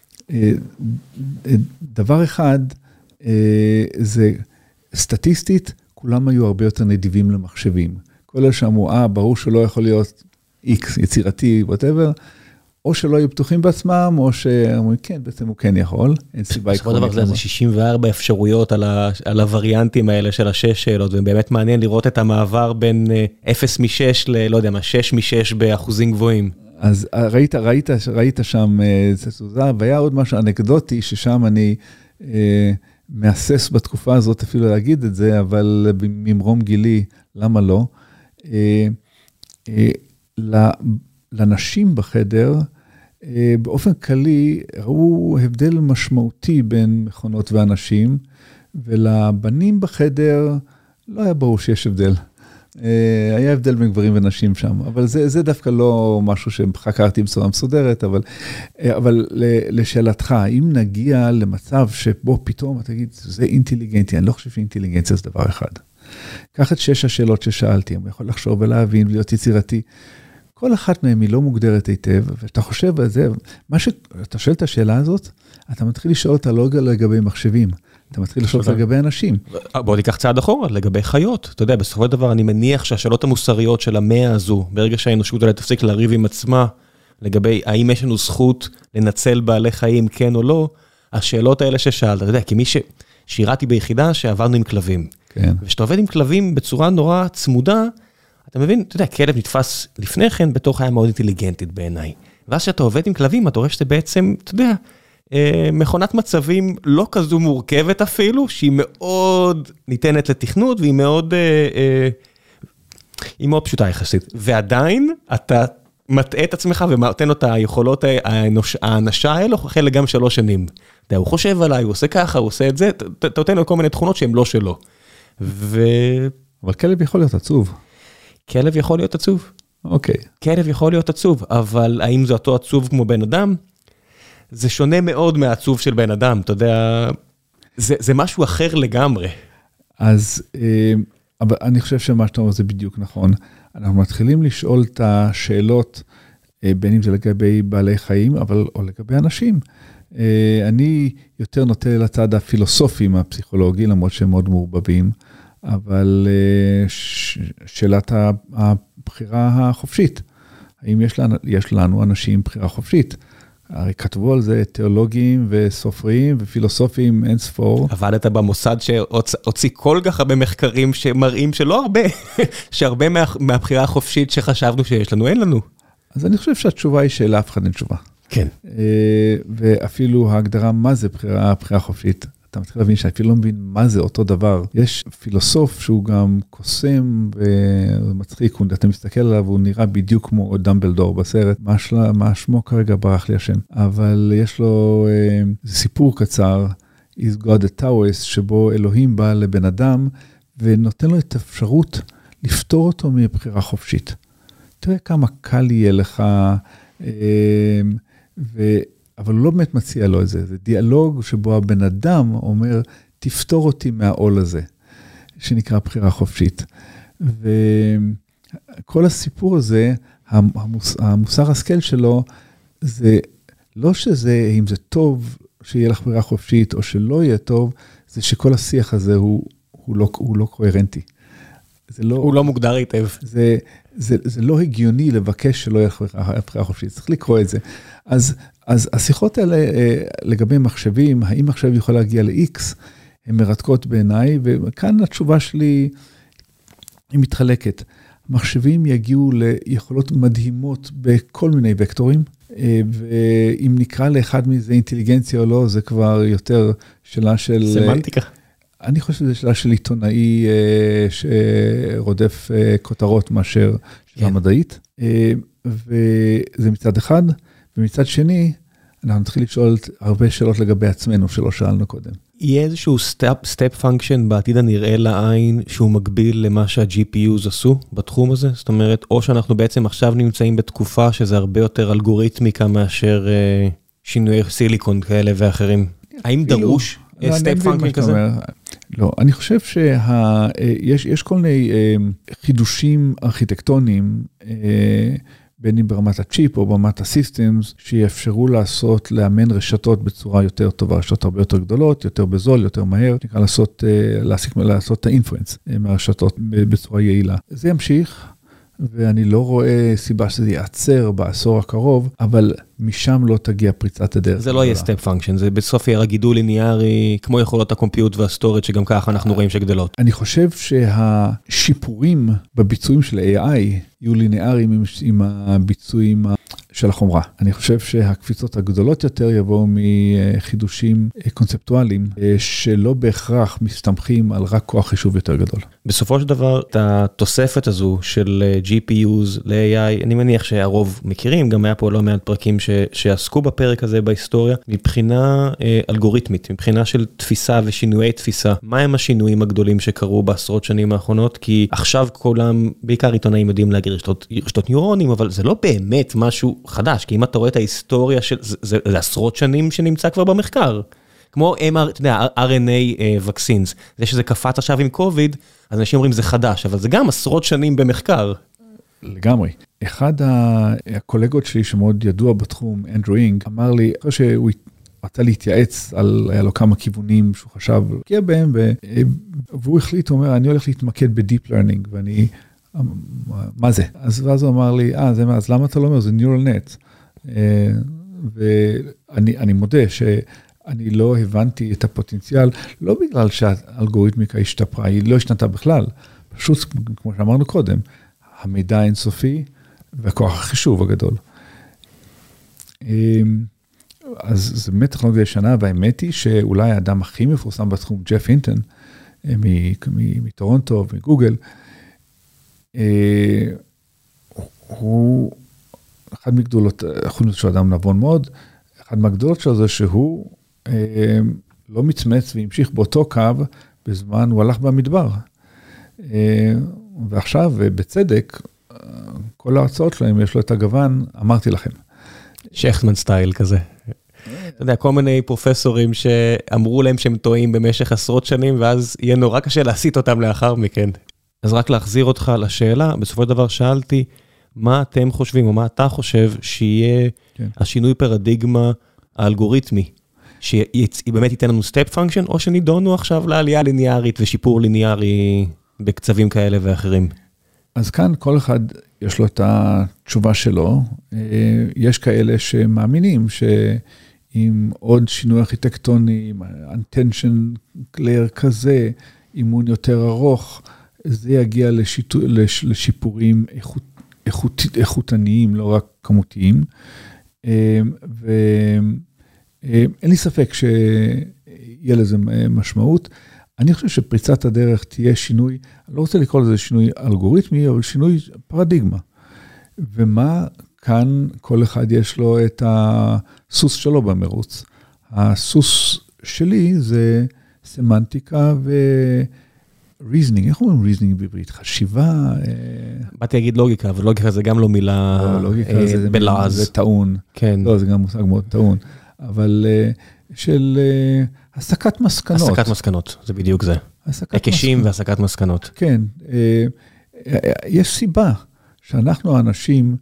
B: דבר אחד, זה סטטיסטית, כולם היו הרבה יותר נדיבים למחשבים. כל אלה שאמרו, אה, ברור שלא יכול להיות X, יצירתי, whatever, או שלא היו פתוחים בעצמם, או שאמרו, כן, בעצם הוא כן יכול, אין סיבה עקרונית.
A: בסופו של דבר זה שישים וארבע אפשרויות על הווריאנטים האלה של השש שאלות, ובאמת מעניין לראות את המעבר בין אפס משש ל, לא יודע מה, שש משש באחוזים גבוהים.
B: אז ראית, ראית, ראית שם זה סוזה, והיה עוד משהו אנקדוטי, ששם אני מאסס בתקופה הזאת אפילו להגיד את זה, אבל ממרום גילי, למה לא? לנשים בחדר, באופן כללי, ראו הבדל משמעותי בין מכונות ואנשים, ולבנים בחדר לא היה ברור שיש הבדל. היה הבדל בין גברים ונשים שם, אבל זה, זה דווקא לא משהו שחקרתי בצורה מסודרת, אבל, אבל לשאלתך, אם נגיע למצב שבו פתאום אתה תגיד, זה אינטליגנטי, אני לא חושב שאינטליגנציה זה דבר אחד. קח את שש השאלות ששאלתי, אני יכול לחשוב ולהבין ולהיות יצירתי, כל אחת מהן היא לא מוגדרת היטב, ואתה חושב על זה, מה שאתה שואל את השאלה הזאת, אתה מתחיל לשאול אותה לא לגבי מחשבים, אתה מתחיל לשאול אותה לגבי אנשים.
A: בוא ניקח צעד אחורה, לגבי חיות. אתה יודע, בסופו של דבר אני מניח שהשאלות המוסריות של המאה הזו, ברגע שהאנושות אולי תפסיק לריב עם עצמה, לגבי האם יש לנו זכות לנצל בעלי חיים, כן או לא, השאלות האלה ששאלת, אתה יודע, כי מי ששירתי ביחידה שעבדנו עם כלבים.
B: כן.
A: ושאתה עובד עם כלבים בצורה נורא צמודה, אתה מבין, אתה יודע, כלב נתפס לפני כן בתוך חיה מאוד אינטליגנטית בעיניי. ואז שאתה עובד עם כלבים, אתה רואה שזה בעצם, אתה יודע, מכונת מצבים לא כזו מורכבת אפילו, שהיא מאוד ניתנת לתכנות, והיא מאוד, היא מאוד פשוטה יחסית. ועדיין אתה מטעה את עצמך ומתן לו את היכולות האנשה האלו, אחרי גם שלוש שנים. אתה יודע, הוא חושב עליי, הוא עושה ככה, הוא עושה את זה, אתה נותן לו כל מיני תכונות שהן לא שלו. ו...
B: אבל כלב יכול להיות עצוב.
A: כלב יכול להיות עצוב.
B: אוקיי.
A: כלב יכול להיות עצוב, אבל האם זה אותו עצוב כמו בן אדם? זה שונה מאוד מהעצוב של בן אדם, אתה יודע, זה, זה משהו אחר לגמרי.
B: אז אבל אני חושב שמה שאתה אומר זה בדיוק נכון. אנחנו מתחילים לשאול את השאלות, בין אם זה לגבי בעלי חיים, אבל או לגבי אנשים. אני יותר נוטה לצד הפילוסופי מהפסיכולוגי, למרות שהם מאוד מעורבבים, אבל שאלת הבחירה החופשית, האם יש לנו, יש לנו אנשים בחירה חופשית? הרי כתבו על זה תיאולוגים וסופרים ופילוסופים אין ספור.
A: עבדת במוסד שהוציא כל כך הרבה מחקרים שמראים שלא הרבה, שהרבה מה, מהבחירה החופשית שחשבנו שיש לנו, אין לנו.
B: אז אני חושב שהתשובה היא שאלה אף אחד אין תשובה.
A: כן.
B: ואפילו ההגדרה מה זה בחירה, בחירה חופשית, אתה מתחיל להבין שאפילו לא מבין מה זה אותו דבר. יש פילוסוף שהוא גם קוסם ומצחיק, אתה מסתכל עליו, הוא נראה בדיוק כמו דמבלדור בסרט, מה, שלה, מה שמו כרגע ברח לי השם, אבל יש לו זה סיפור קצר, Is God a Taoist, שבו אלוהים בא לבן אדם, ונותן לו את האפשרות לפתור אותו מבחירה חופשית. תראה כמה קל יהיה לך, ו... אבל הוא לא באמת מציע לו את זה, זה דיאלוג שבו הבן אדם אומר, תפתור אותי מהעול הזה, שנקרא בחירה חופשית. וכל הסיפור הזה, המוס, המוסר השכל שלו, זה לא שזה, אם זה טוב שיהיה לך בחירה חופשית, או שלא יהיה טוב, זה שכל השיח הזה הוא, הוא, לא, הוא לא קוהרנטי. זה לא,
A: הוא לא מוגדר היטב.
B: זה, זה, זה לא הגיוני לבקש שלא יהיה בחירה חופשית, צריך לקרוא את זה. אז, אז השיחות האלה לגבי מחשבים, האם מחשב יכול להגיע ל-X, הן מרתקות בעיניי, וכאן התשובה שלי היא מתחלקת. מחשבים יגיעו ליכולות מדהימות בכל מיני וקטורים, ואם נקרא לאחד מזה אינטליגנציה או לא, זה כבר יותר שאלה של...
A: סמנטיקה.
B: אני חושב שזו שאלה של עיתונאי שרודף כותרות מאשר שאלה מדעית, וזה מצד אחד, ומצד שני, אנחנו נתחיל לשאול הרבה שאלות לגבי עצמנו שלא שאלנו קודם.
A: יהיה איזשהו סטפ פונקשן בעתיד הנראה לעין שהוא מקביל למה שה-ג'י פי יו'ס עשו בתחום הזה? זאת אומרת, או שאנחנו בעצם עכשיו נמצאים בתקופה שזה הרבה יותר אלגוריתמיקה מאשר שינויי סיליקון כאלה ואחרים. האם דרוש סטפ פונקשן כזה?
B: לא, אני חושב שיש כל מיני חידושים ארכיטקטוניים, בין אם ברמת הצ'יפ או ברמת הסיסטמס, שיאפשרו לעשות, לאמן רשתות בצורה יותר טובה, רשתות הרבה יותר גדולות, יותר בזול, יותר מהר, נקרא לעשות, להסיק, לעשות את האינפרנס מהרשתות בצורה יעילה. זה ימשיך, ואני לא רואה סיבה שזה ייעצר בעשור הקרוב, אבל משם לא תגיע פריצת הדרך.
A: זה לא יהיה סטפ פונקשן, זה בסוף יהיה גידול ליניארי, כמו יכולות הקומפיוט והסטורג' שגם ככה אנחנו רואים שגדלות.
B: אני חושב שהשיפורים בביצועים של ה-איי איי יהיו ליניאריים עם הביצועים של החומרה. אני חושב שהקפיצות הגדולות יותר יבואו מחידושים קונספטואליים, שלא בהכרח מסתמכים על רק כוח חישוב יותר גדול.
A: בסופו של דבר, את התוספת הזו של ג'י פי יו'ס ל-איי איי, אני מניח שהרוב מכירים, גם היה פה לא מעט פרקים ש, שעסקו בפרק הזה בהיסטוריה, מבחינה אה, אלגוריתמית, מבחינה של תפיסה ושינויי תפיסה. מה הם השינויים הגדולים שקרו בעשרות שנים האחרונות? כי עכשיו כולם, בעיקר עיתונאים יודעים להגיד רשתות, רשתות ניורונים, אבל זה לא באמת משהו חדש, כי אם אתה רואה את ההיסטוריה של, זה, זה, זה עשרות שנים שנמצא כבר במחקר. כמו אר אן איי vaccines, זה שזה קפץ עכשיו עם קוביד, אז אנשים אומרים זה חדש, אבל זה גם עשרות שנים במחקר.
B: לגמרי. אחד הקולגות שלי שמאוד ידוע בתחום, אנדרו אינג, אמר לי, אחרי שהוא רצה להתייעץ על, היה לו כמה כיוונים שהוא חשב, הגיע בהם, והוא החליט, הוא אומר, אני הולך להתמקד בדיפ לרנינג, ואני, מה זה? אז ואז הוא אמר לי, אה, זה מה, אז למה אתה לא אומר? זה Neural Net. ואני אני מודה ש... אני לא הבנתי את הפוטנציאל, לא בגלל שהאלגוריתמיקה השתפרה, היא לא השתנתה בכלל, פשוט, כמו שאמרנו קודם, המידע האינסופי והכוח החישוב הגדול. אז זה באמת טכנולוגיה ישנה, והאמת היא שאולי האדם הכי מפורסם בתחום, ג'ף הינטון, מטורונטו ומגוגל, הוא אחד מגדולות, החולנות של אדם נבון מאוד, אחד מהגדולות שלו זה שהוא לא מצמץ והמשיך באותו קו, בזמן הוא הלך במדבר. ועכשיו, בצדק, כל ההרצאות שלהם יש לו את הגוון, אמרתי לכם.
A: שכטמן סטייל כזה. אתה יודע, כל מיני פרופסורים שאמרו להם שהם טועים במשך עשרות שנים, ואז יהיה נורא קשה להסיט אותם לאחר מכן. אז רק להחזיר אותך לשאלה, בסופו של דבר שאלתי, מה אתם חושבים, או מה אתה חושב שיהיה השינוי פרדיגמה האלגוריתמי שבאמת ייתן לנו סטפ פונקשן, או שנידונו עכשיו לעלייה ליניארית ושיפור ליניארי בקצבים כאלה ואחרים?
B: אז כאן כל אחד יש לו את התשובה שלו. יש כאלה שמאמינים שעם עוד שינוי ארכיטקטוני, אנטנשן קלייר כזה, אימון יותר ארוך, זה יגיע לשיטו, לש, לשיפורים איכות, איכות, איכותניים, לא רק כמותיים. ואין לי ספק שיהיה לזה משמעות. אני חושב שפריצת הדרך תהיה שינוי, אני לא רוצה לקרוא לזה שינוי אלגוריתמי, אבל שינוי פרדיגמה. ומה כאן כל אחד יש לו את הסוס שלו במרוץ. הסוס שלי זה סמנטיקה ו-reasoning. איך אומרים reasoning בעברית? חשיבה?
A: באתי להגיד לוגיקה, אבל לוגיקה זה גם לא מילה בלעז.
B: זה טעון.
A: כן.
B: לא, זה גם מושג מאוד טעון. אבל של הסקת מסקנות.
A: הסקת מסקנות, זה בדיוק זה. הקשים והסקת מסקנות.
B: כן. יש סיבה שאנחנו האנשים,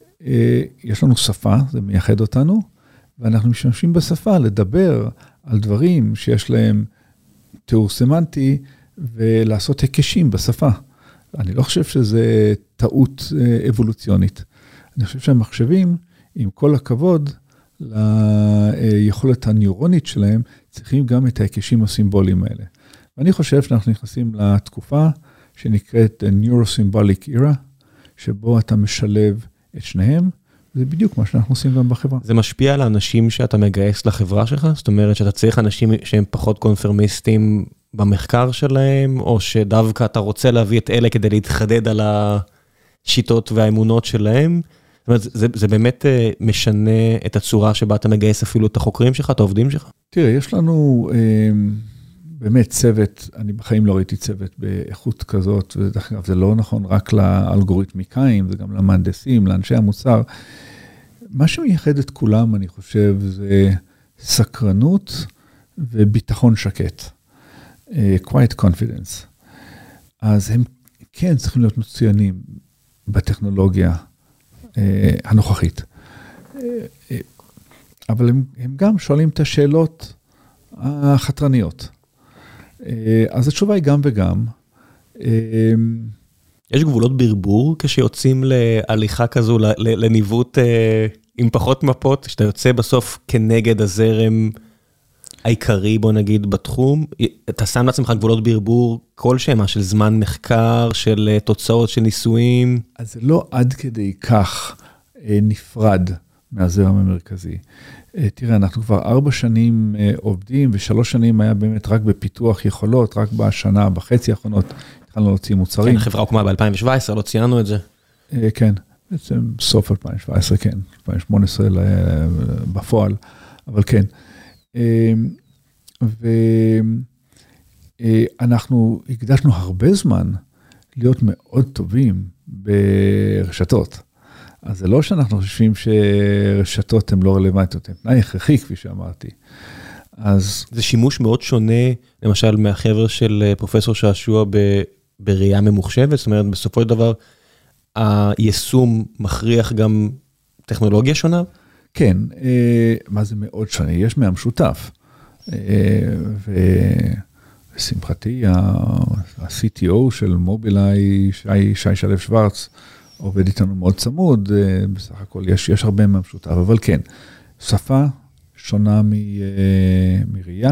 B: יש לנו שפה, זה מייחד אותנו, ואנחנו משתמשים בשפה לדבר על דברים שיש להם תיאור סמנטי, ולעשות הקשים בשפה. אני לא חושב שזה טעות אבולוציונית. אני חושב שהמחשבים, עם כל הכבוד, ליכולת הניורונית שלהם, צריכים גם את ההיקשים הסימבוליים האלה. ואני חושב שאנחנו נכנסים לתקופה שנקראת Neurosymbolic Era, שבו אתה משלב את שניהם, זה בדיוק מה שאנחנו עושים גם בחברה.
A: זה משפיע על האנשים שאתה מגייס לחברה שלך? זאת אומרת שאתה צריך אנשים שהם פחות קונפרמיסטים במחקר שלהם, או שדווקא אתה רוצה להביא את אלה כדי להתחדד על השיטות והאמונות שלהם? זאת אומרת, זה, זה באמת משנה את הצורה שבה אתה מגייס אפילו את החוקרים שלך, את העובדים שלך?
B: תראה, יש לנו אה, באמת צוות, אני בחיים לא ראיתי צוות באיכות כזאת, ודרך אגב, זה לא נכון רק לאלגוריתמיקאים, זה גם למהנדסים, לאנשי המוצר. מה שמייחד את כולם, אני חושב, זה סקרנות וביטחון שקט. Uh, quiet confidence. אז הם כן צריכים להיות מצוינים בטכנולוגיה uh, הנוכחית. Uh, uh, אבל הם, הם גם שואלים את השאלות החתרניות. Uh, אז התשובה היא גם וגם. Uh,
A: יש גבולות ברבור כשיוצאים להליכה כזו, לניווט uh, עם פחות מפות, שאתה יוצא בסוף כנגד הזרם העיקרי, בוא נגיד, בתחום, אתה שם לעצמך גבולות ברבור כלשהם, של זמן מחקר, של תוצאות, של ניסויים.
B: אז זה לא עד כדי כך נפרד מהזרם המרכזי. תראה, אנחנו כבר ארבע שנים עובדים, ושלוש שנים היה באמת רק בפיתוח יכולות, רק בשנה, בחצי האחרונות, התחלנו להוציא מוצרים.
A: כן, החברה הוקמה ב-אלפיים שבע עשרה, לא ציינו את זה.
B: כן, בעצם סוף אלפיים שבע עשרה, כן, אלפיים שמונה עשרה בפועל, אבל כן. ואנחנו הקדשנו הרבה זמן להיות מאוד טובים ברשתות. אז זה לא שאנחנו חושבים שרשתות הן לא רלוונטיות, הן תנאי הכרחי, כפי שאמרתי. אז
A: זה שימוש מאוד שונה, למשל, מהחבר של פרופסור שעשוע בראייה ממוחשבת, זאת אומרת, בסופו של דבר, היישום מכריח גם טכנולוגיה שונה?
B: כן, מה זה מאוד שונה? יש מהמשותף. ושמחתי, ה-סי טי או של מובילאיי, שי שלו שוורץ, עובד איתנו מאוד צמוד, בסך הכל יש, יש הרבה מהמשותף, אבל כן, שפה שונה מראייה,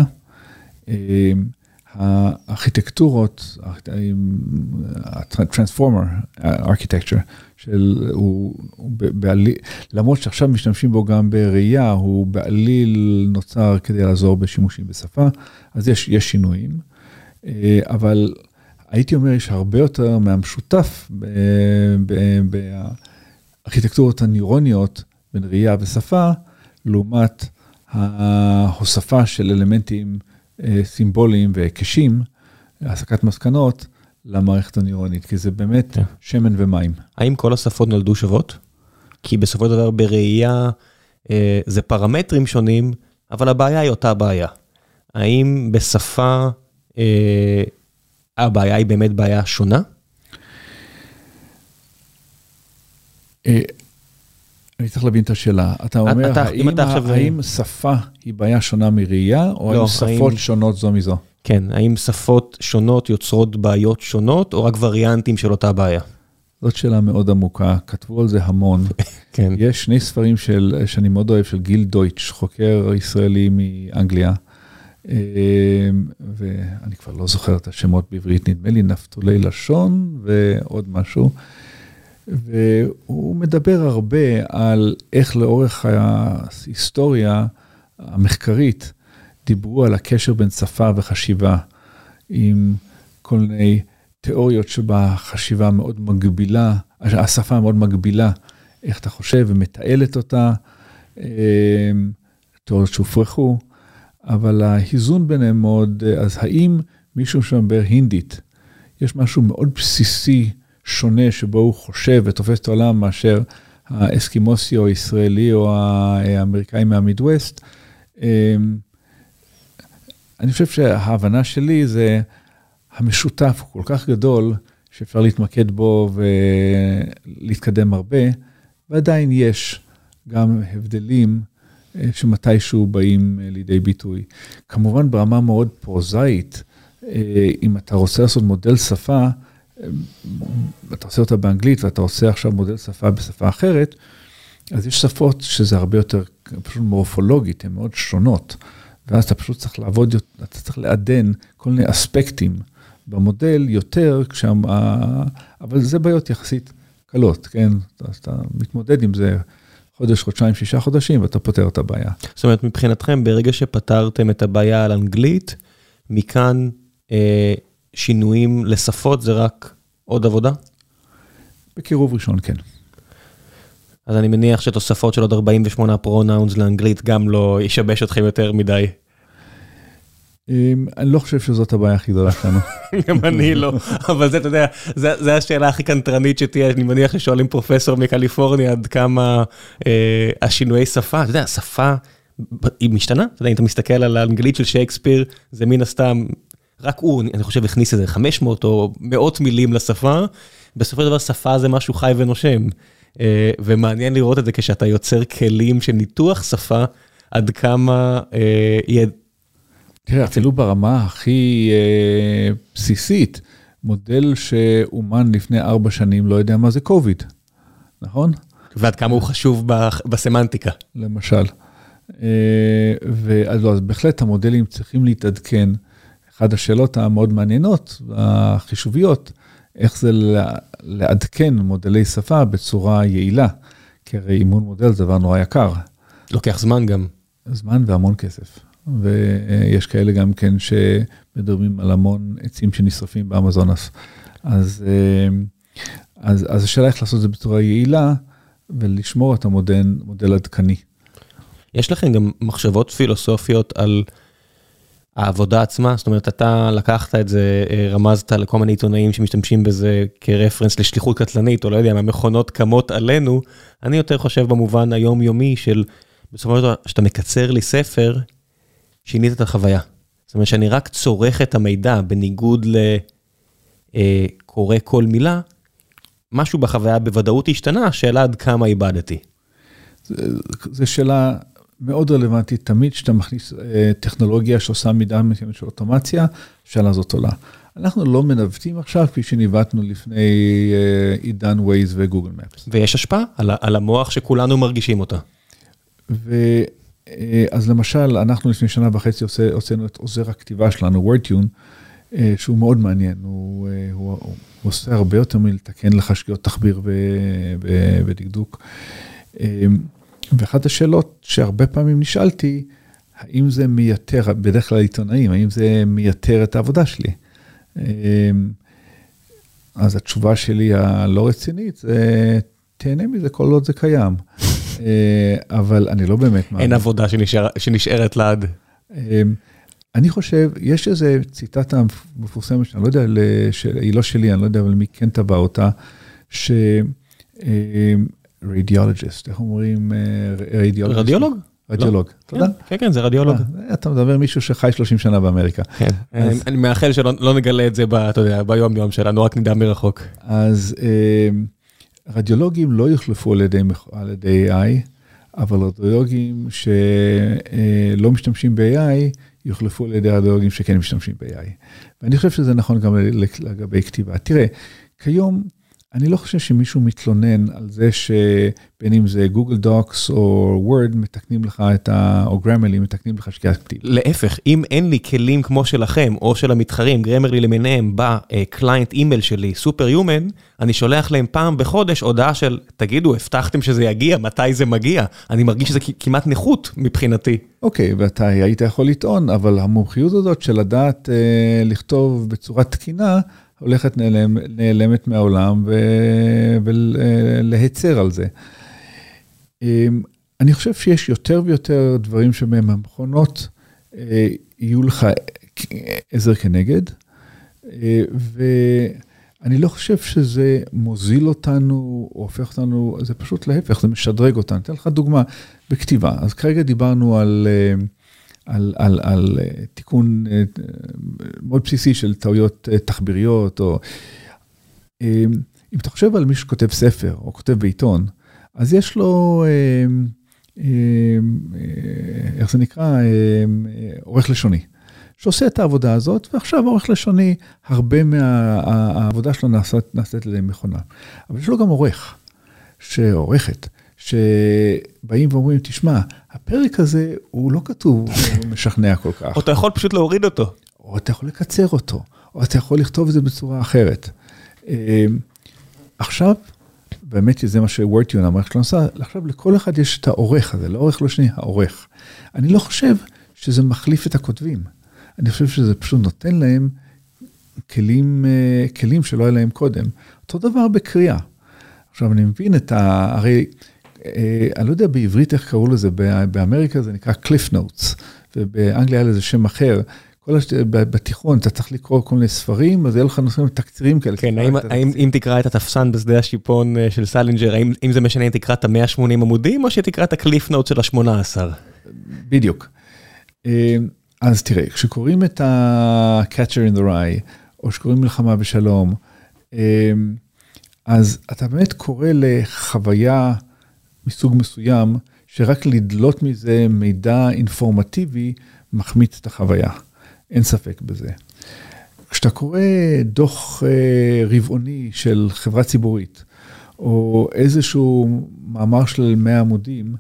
B: הארכיטקטורות, ה-transformer architecture, של, הוא, הוא בעליל, למרות שעכשיו משתמשים בו גם בראייה, הוא בעליל נוצר כדי לעזור בשימושים בשפה, אז יש, יש שינויים, אבל הייתי אומר, יש הרבה יותר מהמשותף בארכיטקטורות הניורוניות בין ראייה ושפה, לעומת ההוספה של אלמנטים סימבוליים והקשים, הסקת מסקנות, למערכת הניורונית, כי זה באמת שמן ומים.
A: האם כל השפות נולדו שוות? כי בסופו של דבר בראייה זה פרמטרים שונים, אבל הבעיה היא אותה בעיה. האם בשפה הבעיה היא באמת בעיה שונה?
B: אני צריך להבין את השאלה. אתה אומר,
A: אתה,
B: האם,
A: אתה עכשיו...
B: האם שפה היא בעיה שונה מראייה, או
A: לא,
B: האם שפות האם... שונות זו מזו?
A: כן, האם שפות שונות יוצרות בעיות שונות, או רק וריאנטים של אותה בעיה?
B: זאת שאלה מאוד עמוקה, כתבו על זה המון.
A: כן.
B: יש שני ספרים של, שאני מאוד אוהב, של גיל דויטש, חוקר ישראלי מאנגליה, ואני כבר לא זוכר את השמות בעברית, נדמה לי נפתולי לשון ועוד משהו, והוא מדבר הרבה על איך לאורך ההיסטוריה המחקרית דיברו על הקשר בין שפה וחשיבה, עם כל מיני תיאוריות שבה חשיבה מאוד מגבילה, השפה מאוד מגבילה, איך אתה חושב ומתעלת אותה, תיאוריות שהופרכו, אבל ההיזון ביניהם מאוד, אז האם מישהו שמדבר הינדית, יש משהו מאוד בסיסי, שונה, שבו הוא חושב ותופס את העולם, מאשר האסקימוסי או הישראלי או האמריקאי מהמידווסט. אני חושב שההבנה שלי זה המשותף הוא כל כך גדול, שאפשר להתמקד בו ולהתקדם הרבה, ועדיין יש גם הבדלים שמתישהו באים לידי ביטוי. כמובן ברמה מאוד פרוזאית, אם אתה רוצה לעשות מודל שפה, אתה עושה אותה באנגלית ואתה עושה עכשיו מודל שפה בשפה אחרת, אז יש שפות שזה הרבה יותר פשוט מורפולוגית, הן מאוד שונות, ואז אתה פשוט צריך לעבוד, אתה צריך לעדן כל מיני אספקטים במודל יותר, כשם, אבל זה בעיות יחסית קלות, כן? אז אתה מתמודד עם זה חודש, חודשיים, שישה חודשים, ואתה פותר את הבעיה.
A: זאת אומרת, מבחינתכם, ברגע שפתרתם את הבעיה על אנגלית, מכאן אה, שינויים לשפות זה רק עוד עבודה?
B: בקירוב ראשון, כן.
A: אז אני מניח שתוספות של עוד ארבעים ושמונה פרונאונס לאנגלית גם לא ישבש אתכם יותר מדי.
B: אני לא חושב שזאת הבעיה הכי גדולה שלנו.
A: גם אני לא, אבל זה, אתה יודע, זו השאלה הכי קנטרנית שתהיה, אני מניח ששואלים פרופסור מקליפורניה עד כמה אה, השינויי שפה, אתה יודע, השפה היא משתנה, אתה יודע, אם אתה מסתכל על האנגלית של שייקספיר, זה מן הסתם, רק הוא, אני חושב, הכניס איזה חמש מאות או מאות מילים לשפה, בסופו של דבר שפה זה משהו חי ונושם, אה, ומעניין לראות את זה כשאתה יוצר כלים של ניתוח שפה, עד כמה אה, יהיה,
B: תראה, אפילו ברמה הכי אה, בסיסית, מודל שאומן לפני ארבע שנים לא יודע מה זה קוביד, נכון?
A: ועד כמה הוא חשוב בסמנטיקה.
B: למשל. אה, ואז לא, אז בהחלט המודלים צריכים להתעדכן. אחת השאלות המאוד מעניינות, החישוביות, איך זה לעדכן מודלי שפה בצורה יעילה, כי הרי אימון מודל זה דבר נורא יקר.
A: לוקח זמן גם. זמן
B: והמון כסף. ויש כאלה גם כן שמדברים על המון עצים שנשרפים באמזונס. אז, אז, אז השאלה איך לעשות את זה בצורה יעילה, ולשמור את המודל, מודל עדכני.
A: יש לכם גם מחשבות פילוסופיות על העבודה עצמה? זאת אומרת, אתה לקחת את זה, רמזת לכל מיני עיתונאים שמשתמשים בזה כרפרנס לשליחות קטלנית, או לא יודע, מהמכונות קמות עלינו. אני יותר חושב במובן היומיומי של, בסופו של דבר, שאתה מקצר לי ספר, שינית את החוויה. זאת אומרת שאני רק צורך את המידע, בניגוד לקורא כל מילה, משהו בחוויה בוודאות השתנה, שאלה עד כמה איבדתי.
B: זו שאלה מאוד רלוונטית, תמיד שאתה מכניס טכנולוגיה שעושה מידה מסוימת של אוטומציה, שאלה זאת עולה. אנחנו לא מנווטים עכשיו, כפי שניווטנו לפני עידן ווייז וגוגל מפס.
A: ויש השפעה על, על המוח שכולנו מרגישים אותה.
B: ו... אז למשל, אנחנו לפני שנה וחצי עושינו את עוזר הכתיבה שלנו, WordTune, שהוא מאוד מעניין, הוא, הוא, הוא עושה הרבה יותר מלתקן לך שגיאות תחביר ודקדוק. ואחת השאלות שהרבה פעמים נשאלתי, האם זה מייתר, בדרך כלל עיתונאים, האם זה מייתר את העבודה שלי? אז התשובה שלי הלא רצינית, זה תהנה מזה כל עוד זה קיים. אבל אני לא באמת מאמין.
A: אין עבודה שנשארת לעד.
B: אני חושב, יש איזה ציטטה מפורסמת, אני לא יודע, היא לא שלי, אני לא יודע, אבל מי כן טבע אותה, ש... רדיולוגיסט, איך אומרים?
A: רדיולוג?
B: רדיולוג, תודה.
A: כן, כן, זה רדיולוג.
B: אתה מדבר מישהו שחי שלושים שנה באמריקה.
A: כן, אני מאחל שלא נגלה את זה ביום יום שלנו, רק נדע מרחוק.
B: אז רדיולוגים לא יוחלפו על ידי, על ידי איי איי, אבל רדיולוגים שלא משתמשים ב-איי איי, יוחלפו על ידי רדיולוגים שכן משתמשים ב-איי איי. ואני חושב שזה נכון גם לגבי כתיבה. תראה, כיום, אני לא חושב שמישהו מתלונן על זה שבין אם זה גוגל דוקס או וורד, מתקנים לך את ה... או גרמרלי, מתקנים לך שקיעת כתיב.
A: להפך, אם אין לי כלים כמו שלכם, או של המתחרים, גרמרלי למיניהם, בקליינט אימייל שלי, סופר יומן, אני שולח להם פעם בחודש הודעה של, תגידו, הבטחתם שזה יגיע, מתי זה מגיע? אני מרגיש שזה כמעט נכות מבחינתי.
B: אוקיי, ואתה היית יכול לטעון, אבל המומחיות הזאת של לדעת אה, לכתוב בצורה תקינה, הולכת נעלם, נעלמת מהעולם ולהצר על זה. אני חושב שיש יותר ויותר דברים שבהם המכונות יהיו לך עזר כנגד, ואני לא חושב שזה מוזיל אותנו או הופך אותנו, זה פשוט להפך, זה משדרג אותנו. אתן לך דוגמה בכתיבה. אז כרגע דיברנו על... על, על, על תיקון מאוד בסיסי של טעויות תחביריות, או אם אתה חושב על מי שכותב ספר, או כותב בעיתון, אז יש לו, איך זה נקרא, עורך לשוני, שעושה את העבודה הזאת, ועכשיו עורך לשוני, הרבה מהעבודה שלו נעשית, נעשית לידי מכונה. אבל יש לו גם עורך, שעורכת, שבאים ואומרים, תשמע, הפרק הזה הוא לא כתוב, הוא משכנע כל כך.
A: או אתה יכול פשוט להוריד אותו.
B: או אתה יכול לקצר אותו, או אתה יכול לכתוב את זה בצורה אחרת. עכשיו, באמת זה מה שוורטיון, המערכת שלנו עושה, עכשיו לכל אחד יש את העורך הזה, לא עורך לא שני, העורך. אני לא חושב שזה מחליף את הכותבים. אני חושב שזה פשוט נותן להם כלים, כלים שלא היה להם קודם. אותו דבר בקריאה. עכשיו אני מבין את ה... הרי, אני לא יודע בעברית איך קראו לזה, באמריקה זה נקרא Cliff Notes, ובאנגליה היה לזה שם אחר. כל הש... בתיכון אתה צריך לקרוא כל מיני ספרים, אז יהיה לך נושאים תקצירים כאלה.
A: כן, האם, האם, אם תקרא את התפסן בשדה השיפון של סלינג'ר, האם, אם זה משנה אם תקרא את ה-מאה ושמונים עמודים, או שתקרא את ה-Cliff Notes של ה-שמונה עשר?
B: בדיוק. אז תראה, כשקוראים את ה-Catcher in the Rye, או שקוראים מלחמה בשלום, אז אתה באמת קורא לחוויה מסוג מסוים, שרק לדלות מזה מידע אינפורמטיבי, מחמיץ את החוויה. אין ספק בזה. כשאתה קורא דוח רבעוני של חברה ציבורית, או איזשהו מאמר של מאה עמודים,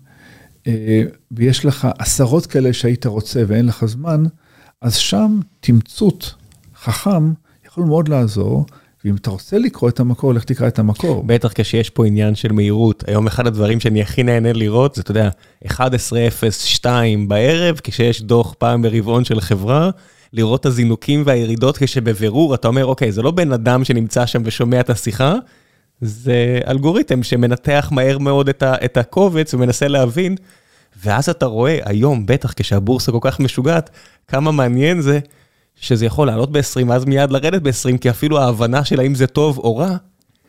B: ויש לך עשרות כאלה שהיית רוצה ואין לך זמן, אז שם תמצות חכם יכול מאוד לעזור, ואם אתה רוצה לקרוא את המקור, לך תקרא את המקור.
A: בטח כשיש פה עניין של מהירות. היום אחד הדברים שאני הכי נהנה לראות, זה, אתה יודע, אחת עשרה אפס שתיים בערב, כשיש דוח פעם ברבעון של חברה, לראות את הזינוקים והירידות כשבבירור, אתה אומר, אוקיי, זה לא בן אדם שנמצא שם ושומע את השיחה, זה אלגוריתם שמנתח מהר מאוד את, ה, את הקובץ ומנסה להבין, ואז אתה רואה היום, בטח כשהבורסה כל כך משוגעת, כמה מעניין זה, שזה יכול לעלות ב-עשרים, אז מיד לרדת ב-עשרים, כי אפילו ההבנה של האם זה טוב או רע,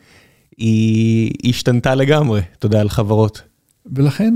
A: היא השתנתה לגמרי, תודה על חברות.
B: ולכן,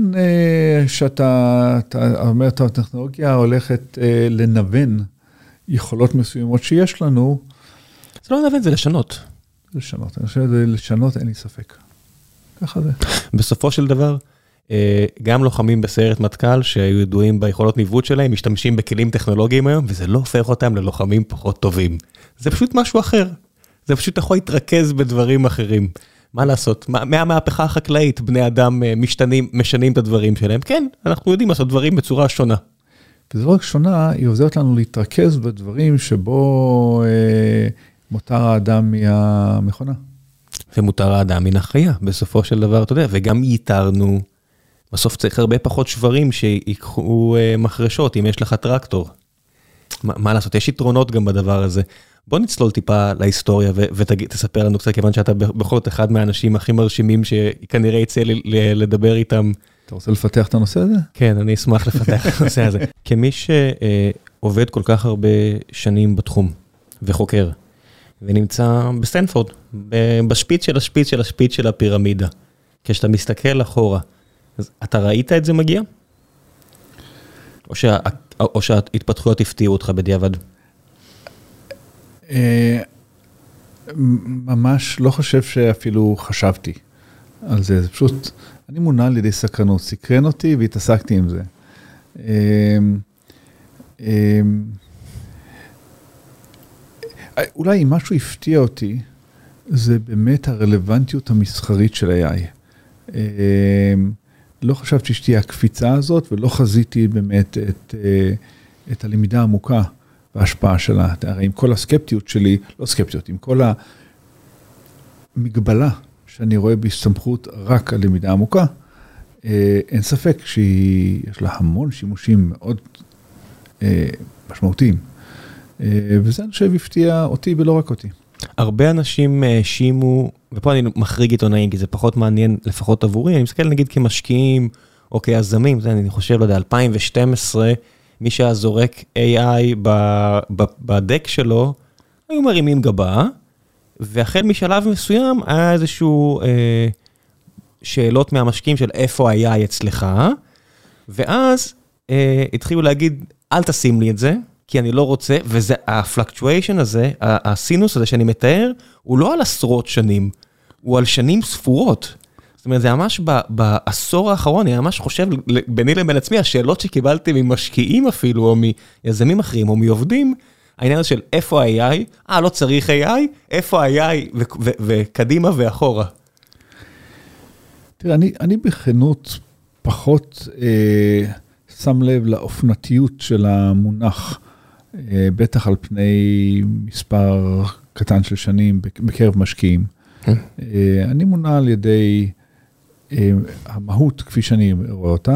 B: שאתה אומר, הטכנולוגיה הולכת לנוון יכולות מסוימות שיש לנו.
A: זה לא לנוון, זה לשנות.
B: לשנות, אני חושב שזה לשנות, אין לי ספק. ככה זה.
A: בסופו של דבר, גם לוחמים בסיירת מטכ"ל, שהיו ידועים ביכולות ניווט שלהם, משתמשים בכלים טכנולוגיים היום, וזה לא הופך אותם ללוחמים פחות טובים. זה פשוט משהו אחר. זה פשוט יכול להתרכז בדברים אחרים. מה לעשות? מהמהפכה החקלאית, בני אדם משתנים, משנים את הדברים שלהם. כן, אנחנו יודעים לעשות דברים בצורה שונה.
B: וזה לא רק שונה, היא עוזרת לנו להתרכז בדברים שבו אה, מותר האדם מהמכונה.
A: ומותר האדם מן החיה, בסופו של דבר, אתה יודע, וגם ייתרנו, בסוף צריך הרבה פחות שברים שיקחו אה, מחרשות, אם יש לך טרקטור. מה, מה לעשות? יש יתרונות גם בדבר הזה. בוא נצלול טיפה להיסטוריה ותספר לנו קצת, כיוון שאתה בכל זאת אחד מהאנשים הכי מרשימים שכנראה יצא לדבר איתם.
B: אתה רוצה לפתח את הנושא הזה?
A: כן, אני אשמח לפתח את הנושא הזה. כמי שעובד כל כך הרבה שנים בתחום וחוקר, ונמצא בסטנפורד, בשפיץ של השפיץ של השפיץ של הפירמידה, כשאתה מסתכל אחורה, אז אתה ראית את זה מגיע? או, שה, או שההתפתחויות הפתיעו אותך בדיעבד?
B: ממש לא חושב שאפילו חשבתי על זה, זה פשוט, אני מונע על ידי סקרנות, סקרן אותי והתעסקתי עם זה. אולי אם משהו הפתיע אותי, זה באמת הרלוונטיות המסחרית של ה-איי איי. לא חשבתי שתהיה הקפיצה הזאת, ולא חזיתי באמת את, את הלמידה העמוקה וההשפעה שלה. הרי עם כל הסקפטיות שלי, לא סקפטיות, עם כל המגבלה שאני רואה בהסתמכות רק על למידה עמוקה, אין ספק שיש לה המון שימושים מאוד משמעותיים. וזה אני חושב הפתיע אותי ולא רק אותי.
A: הרבה אנשים האשימו, ופה אני מחריג עיתונאים, כי זה פחות מעניין, לפחות עבורי, אני מסתכל נגיד כמשקיעים או כיזמים, זה אני חושב, לא יודע, אלפיים ושתים עשרה, מי שהיה זורק איי איי בדק שלו, היו מרימים גבה, והחל משלב מסוים היה איזשהו אה, שאלות מהמשקיעים של איפה ה-איי איי אצלך, ואז אה, התחילו להגיד, אל תשים לי את זה, כי אני לא רוצה, וזה, הפלקטואשן הזה, הסינוס הזה שאני מתאר, הוא לא על עשרות שנים, הוא על שנים ספורות. זאת אומרת, זה ממש בעשור האחרון, אני ממש חושב ביני לבין עצמי, השאלות שקיבלתי ממשקיעים אפילו, או מיזמים אחרים, או מעובדים, העניין הזה של איפה ה-איי איי, אה, לא צריך איי איי, איפה ה-איי איי, וקדימה ואחורה.
B: תראה, אני, אני בכנות פחות אה, שם לב לאופנתיות של המונח, בטח על פני מספר קטן של שנים בקרב משקיעים. אני מונע על ידי המהות כפי שאני רואה אותה,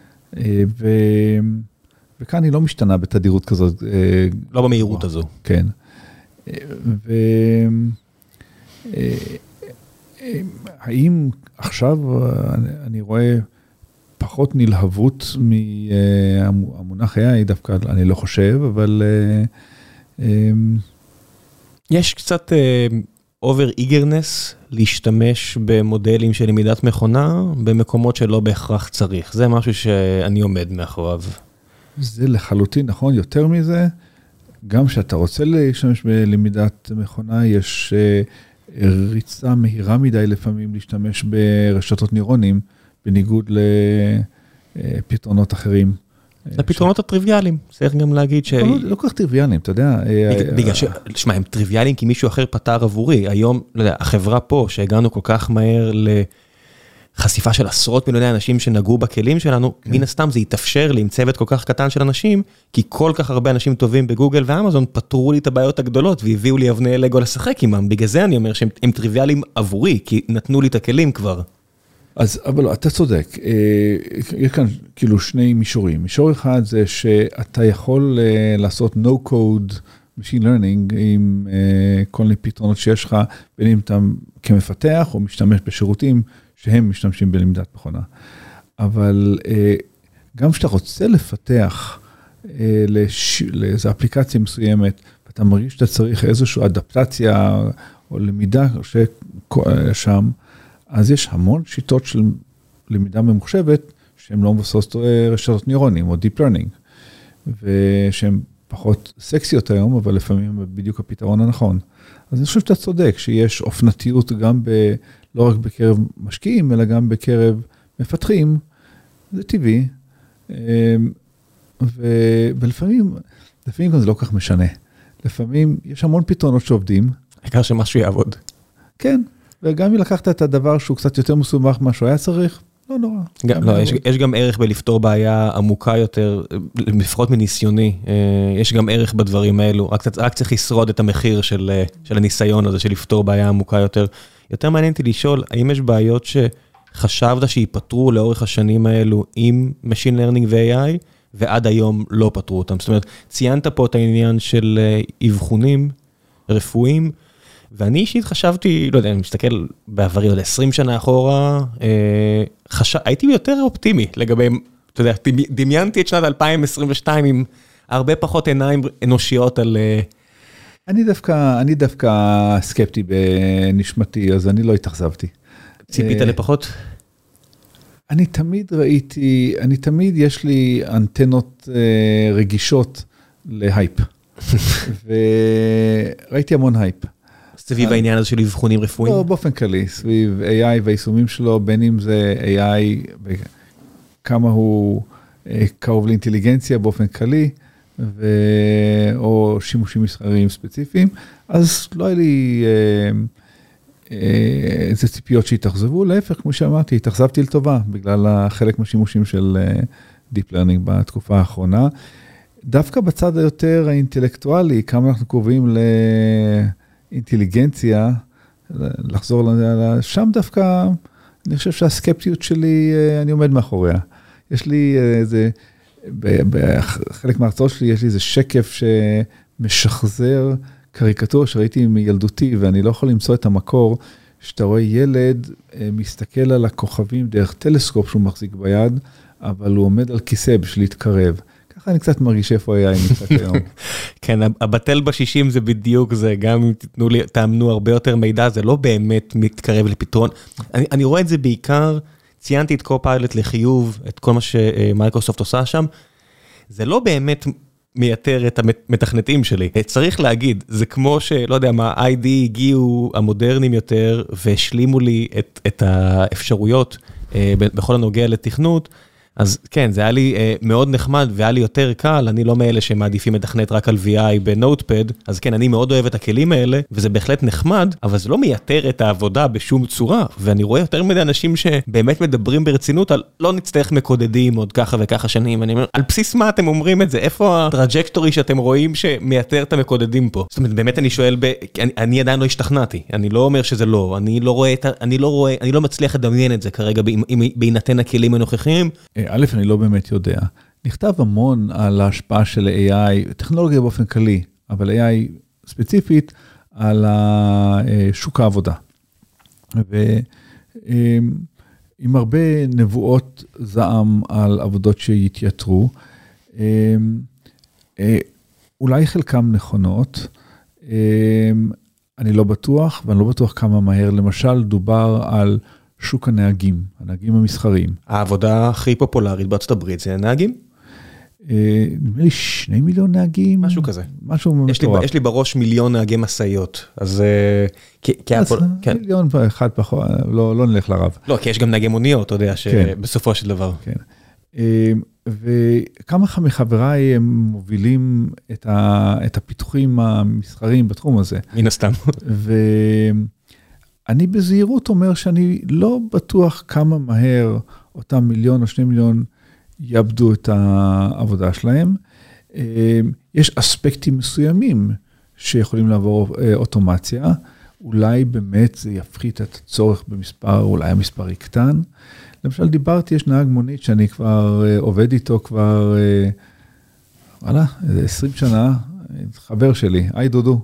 B: וכאן היא לא משתנה בתדירות כזאת.
A: לא במהירות הזו.
B: כן. והאם עכשיו אני רואה פחות נלהבות מהמונח איי איי, דווקא אני לא חושב, אבל
A: יש קצת over eagerness להשתמש במודלים של למידת מכונה, במקומות שלא בהכרח צריך. זה משהו שאני עומד מאחוריו.
B: זה לחלוטין נכון, יותר מזה, גם שאתה רוצה להשתמש בלמידת מכונה, יש ריצה מהירה מדי לפעמים להשתמש ברשתות נירונים, בניגוד לפתרונות אחרים.
A: לפתרונות הטריוויאליים, צריך גם להגיד ש...
B: לא כל כך טריוויאליים, אתה יודע.
A: בגלל ש... שמע, הם טריוויאליים כי מישהו אחר פתר עבורי. היום, לא יודע, החברה פה, שהגענו כל כך מהר לחשיפה של עשרות מיליוני אנשים שנגעו בכלים שלנו, מן הסתם זה יתאפשר לי עם צוות כל כך קטן של אנשים, כי כל כך הרבה אנשים טובים בגוגל ואמזון פתרו לי את הבעיות הגדולות, והביאו לי אבני לגו לשחק עימם. בגלל זה אני אומר שהם טריוויאליים עבורי, כי נתנו לי את הכלים כבר.
B: אז, אבל לא, אתה צודק, יש כאן כאילו שני מישורים. מישור אחד זה שאתה יכול לעשות no code machine learning עם כל מיני פתרונות שיש לך, בין אם אתה כמפתח או משתמש בשירותים שהם משתמשים בלמידת מכונה. אבל גם שאתה רוצה לפתח לאיזו אפליקציה מסוימת, ואתה מרגיש שאתה צריך איזושהי אדפטציה או למידה שם, אז יש המון שיטות של למידה ממוחשבת, שהן לא מבוססות רשתות נירונים או Deep Learning, ושהן פחות סקסיות היום, אבל לפעמים בדיוק הפתרון הנכון. אז אני חושב שאתה צודק, שיש אופנתיות גם ב, לא רק בקרב משקיעים, אלא גם בקרב מפתחים, זה טבעי, ו, ולפעמים, לפעמים זה לא כך משנה. לפעמים יש המון פתרונות שעובדים.
A: העיקר שמשהו יעבוד.
B: כן. וגם אם לקחת את הדבר שהוא קצת יותר מסובך מה שהוא היה צריך, לא נורא.
A: גם, לא, יש, יש גם ערך בלפתור בעיה עמוקה יותר, לפחות מניסיוני, יש גם ערך בדברים האלו, רק, רק צריך לשרוד את המחיר של, של הניסיון הזה, של לפתור בעיה עמוקה יותר. יותר מעניין אותי לשאול, האם יש בעיות שחשבת שיפתרו לאורך השנים האלו עם Machine Learning ו-איי איי, ועד היום לא פתרו אותם? זאת אומרת, ציינת פה את העניין של אבחונים רפואיים, ואני אישית חשבתי, לא יודע, אני מסתכל בעברי עוד עשרים שנה אחורה, אה, חש... הייתי יותר אופטימי לגבי, אתה יודע, דמיינתי את שנת אלפיים עשרים ושתיים עם הרבה פחות עיניים אנושיות על...
B: אני דווקא, אני דווקא סקפטי בנשמתי, אז אני לא התאכזבתי.
A: ציפית לפחות?
B: אני תמיד ראיתי, אני תמיד יש לי אנטנות רגישות להייפ. וראיתי המון הייפ.
A: סביב העניין הזה של אבחונים רפואיים?
B: לא, באופן כללי, סביב איי איי והיישומים שלו, בין אם זה איי איי, וכמה הוא קרוב לאינטליגנציה באופן כללי, ו... או שימושים מסחריים ספציפיים, אז לא היה לי איזה ציפיות שהתאכזבו, להפך, כמו שאמרתי, התאכזבתי לטובה, בגלל חלק מהשימושים של Deep Learning בתקופה האחרונה. דווקא בצד היותר האינטלקטואלי, כמה אנחנו קרובים לאינטליגנציה, לחזור לשם דווקא, אני חושב שהסקפטיות שלי, אני עומד מאחוריה. יש לי איזה, בחלק מההרצאות שלי, יש לי איזה שקף שמשחזר קריקטורה שראיתי מילדותי, ואני לא יכול למצוא את המקור, שאתה רואה ילד מסתכל על הכוכבים דרך טלסקופ שהוא מחזיק ביד, אבל הוא עומד על כיסא בשביל להתקרב. ככה אני קצת מרגיש איפה היה נמצא כיום.
A: כן, הבטל בשישים זה בדיוק זה, גם אם תתנו לי, תאמנו הרבה יותר מידע, זה לא באמת מתקרב לפתרון. אני, אני רואה את זה בעיקר, ציינתי את קופיילוט לחיוב, את כל מה שמייקרוסופט עושה שם, זה לא באמת מייתר את המתכנתים שלי. צריך להגיד, זה כמו שלא יודע מה, איי די הגיעו המודרניים יותר, והשלימו לי את, את האפשרויות בכל הנוגע לתכנות, אז כן, זה היה לי אה, מאוד נחמד, והיה לי יותר קל, אני לא מאלה שמעדיפים מתכנת רק על וי איי בנוטפד, אז כן, אני מאוד אוהב את הכלים האלה, וזה בהחלט נחמד, אבל זה לא מייתר את העבודה בשום צורה, ואני רואה יותר מדי אנשים שבאמת מדברים ברצינות על לא נצטרך מקודדים עוד ככה וככה שנים, אני אומר, על בסיס מה אתם אומרים את זה? איפה הטראג'קטורי שאתם רואים שמייתר את המקודדים פה? זאת אומרת, באמת אני שואל, ב... אני, אני עדיין לא השתכנעתי, אני לא אומר שזה לא, אני לא רואה את... אני לא רואה, אני לא מצליח לדמיין את זה כרגע בהינתן הכלים הנוכחיים.
B: א', אני לא באמת יודע. נכתב המון על ההשפעה של איי איי, טכנולוגיה באופן כללי, אבל איי איי ספציפית, על שוק העבודה. ועם הרבה נבואות זעם על עבודות שיתייתרו, אולי חלקם נכונות, אני לא בטוח, ואני לא בטוח כמה מהר. למשל, דובר על שוק הנהגים, הנהגים המסחריים.
A: העבודה הכי פופולרית בארצות הברית זה הנהגים?
B: נדמה לי שני מיליון נהגים.
A: משהו כזה.
B: משהו מטורף.
A: יש לי בראש מיליון נהגי משאיות, אז...
B: מיליון ואחד פחות, לא נלך לרב.
A: לא, כי יש גם נהגי מוניות, אתה יודע, שבסופו של דבר.
B: כן. וכמה מחבריי הם מובילים את הפיתוחים המסחריים בתחום הזה.
A: מן הסתם.
B: ו... אני בזהירות אומר שאני לא בטוח כמה מהר אותם מיליון או שני מיליון יאבדו את העבודה שלהם. יש אספקטים מסוימים שיכולים לעבור אוטומציה, אולי באמת זה יפחית את הצורך במספר, אולי המספר יקטן. למשל דיברתי, יש נהג מונית שאני כבר עובד איתו כבר, וואלה, עשרים שנה, חבר שלי, היי דודו.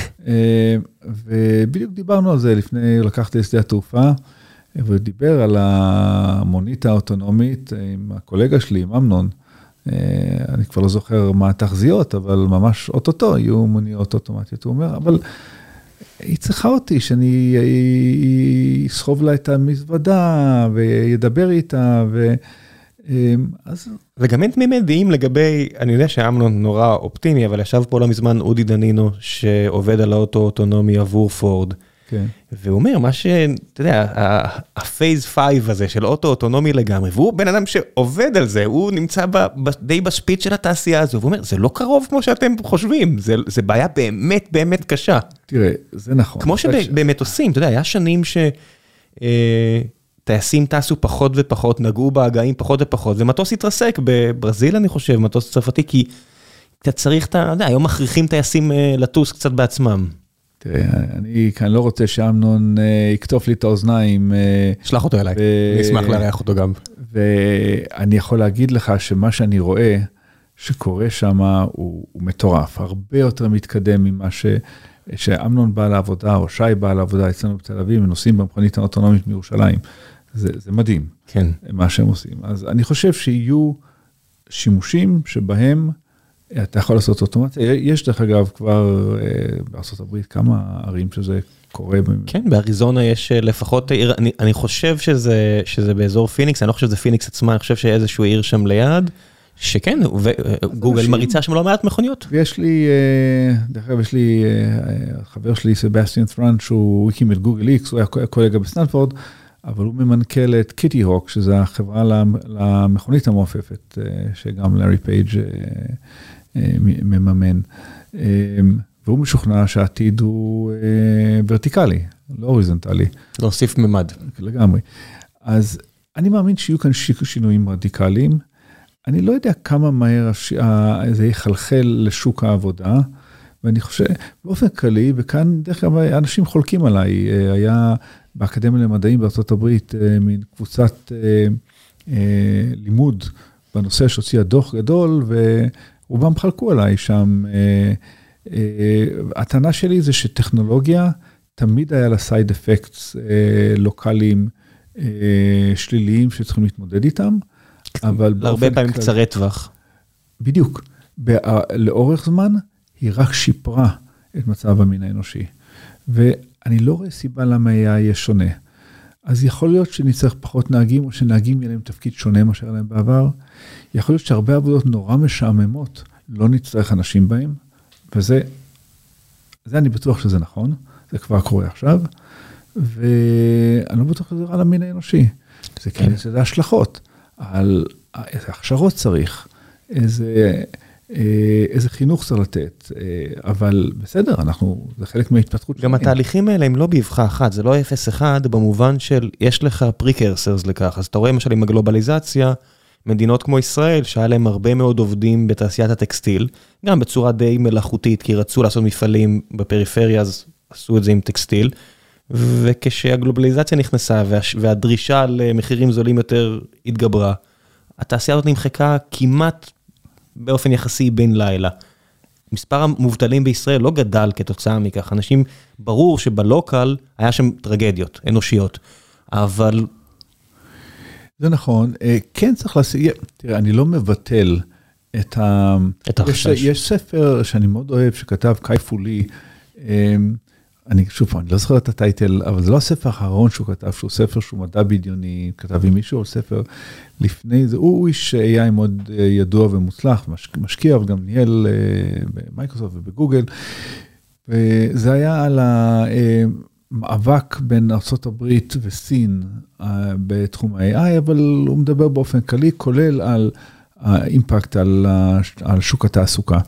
B: ובדיוק דיברנו על זה לפני, לקחתי לשדה התעופה, ודיבר על המונית האוטונומית עם הקולגה שלי, עם אמנון. אני כבר לא זוכר מה התחזיות, אבל ממש אוטוטו יהיו מוניות אוטומטיות. הוא אומר, אבל היא צריכה אותי שאני אסחוב לה את המזוודה, וידבר איתה, ו... אז...
A: וגם אין תמימי דעים לגבי, אני יודע שאמנון נורא אופטימי, אבל ישב פה לא מזמן אודי דנינו, שעובד על האוטו אוטונומי עבור פורד.
B: כן.
A: והוא אומר, מה ש... אתה יודע, הפייז פייב הזה של אוטו אוטונומי לגמרי, והוא בן אדם שעובד על זה, הוא נמצא ב, די בספיץ של התעשייה הזו, והוא אומר, זה לא קרוב כמו שאתם חושבים, זה, זה בעיה באמת באמת קשה.
B: תראה, זה נכון.
A: כמו שבאמת עושים, אתה יודע, היה שנים ש... אה, טייסים טסו פחות ופחות, נגעו בהגאים פחות ופחות, ומטוס התרסק בברזיל, אני חושב, מטוס צרפתי, כי אתה צריך, אתה יודע, היום מכריחים טייסים לטוס קצת בעצמם.
B: תראה, אני כאן לא רוצה שאמנון יקטוף לי את האוזניים.
A: שלח אותו אליי, אני אשמח להריח אותו גם.
B: ואני יכול להגיד לך שמה שאני רואה, שקורה שם, הוא מטורף, הרבה יותר מתקדם ממה ש... שאמנון בא לעבודה, או שי בא לעבודה אצלנו בתל אביב, ונוסעים במכונית האוטונומית מירושלים. זה, זה מדהים,
A: כן.
B: מה שהם עושים. אז אני חושב שיהיו שימושים שבהם אתה יכול לעשות אוטומציה. יש דרך אגב כבר בארצות הברית כמה ערים שזה קורה.
A: כן, באריזונה יש לפחות עיר, אני, אני חושב שזה, שזה באזור פיניקס, אני לא חושב שזה פיניקס עצמה, אני חושב שאיזשהו עיר שם ליד, שכן, וגוגל מריצה שם לא מעט מכוניות.
B: ויש לי, דרך אגב, יש לי חבר שלי, סבסטיאן ת'ראנץ', שהוא הקים את גוגל איקס, הוא היה קולגה בסטנפורד, אבל הוא ממנכ"ל את קיטי הוק, שזו החברה למכונית המעופפת, שגם לארי פייג' מממן. והוא משוכנע שהעתיד הוא ורטיקלי, לא הוריזונטלי.
A: להוסיף ממד.
B: לגמרי. אז אני מאמין שיהיו כאן שינויים רדיקליים. אני לא יודע כמה מהר זה יחלחל לשוק העבודה, ואני חושב, באופן כללי, וכאן דרך כלל אנשים חולקים עליי, היה באקדמיה למדעים בארצות הברית, מין קבוצת לימוד בנושא שהוציאה דוח גדול, ורובם חלקו עליי שם. הטענה שלי זה שטכנולוגיה, תמיד היה לה סייד אפקטס לוקליים שליליים שצריכים להתמודד איתם, אבל
A: הרבה פעמים קצרי טווח.
B: בדיוק. לאורך זמן, היא רק שיפרה את מצב המין האנושי. ואני לא רואה סיבה למה יהיה שונה. אז יכול להיות שנצטרך פחות נהגים, או שנהגים יהיה להם תפקיד שונה מאשר להם בעבר. יכול להיות שהרבה עבודות נורא משעממות, לא נצטרך אנשים בהם, וזה, זה אני בטוח שזה נכון, זה כבר קורה עכשיו, ואני לא בטוח שזה רע למין האנושי. זה כן, זה השלכות. על איזה הכשרות צריך, איזה, איזה חינוך צריך לתת, אבל בסדר, אנחנו, זה חלק מההתפתחות שלנו.
A: גם התהליכים האלה הם לא באבחה אחת, זה לא אפס אחד, במובן של, יש לך פריקרסרס לכך, אז אתה רואה למשל עם הגלובליזציה, מדינות כמו ישראל, שהיה להם הרבה מאוד עובדים בתעשיית הטקסטיל, גם בצורה די מלאכותית, כי רצו לעשות מפעלים בפריפריה, אז עשו את זה עם טקסטיל, וכשהגלובליזציה נכנסה, והדרישה למחירים זולים יותר התגברה, התעשייה הזאת נמחקה כמעט באופן יחסי בין לילה. מספר המובטלים בישראל לא גדל כתוצאה מכך. אנשים, ברור שבלוקל היה שם טרגדיות אנושיות, אבל...
B: זה נכון. כן צריך לעשות... תראה, אני לא מבטל את ה...
A: את החשש.
B: יש ספר שאני מאוד אוהב, שכתב קייפולי, אני שוב פעם, אני לא זוכר את הטייטל, אבל זה לא הספר האחרון שהוא כתב, שהוא ספר שהוא מדע בדיוני, כתב עם מישהו, או ספר לפני זה, הוא איש איי מאוד ידוע ומוצלח, משקיע, אבל גם ניהל במייקרוסופט ובגוגל, וזה היה על המאבק בין ארצות הברית וסין בתחום ה-איי איי, אבל הוא מדבר באופן כללי, כולל על האימפקט על, על שוק התעסוקה.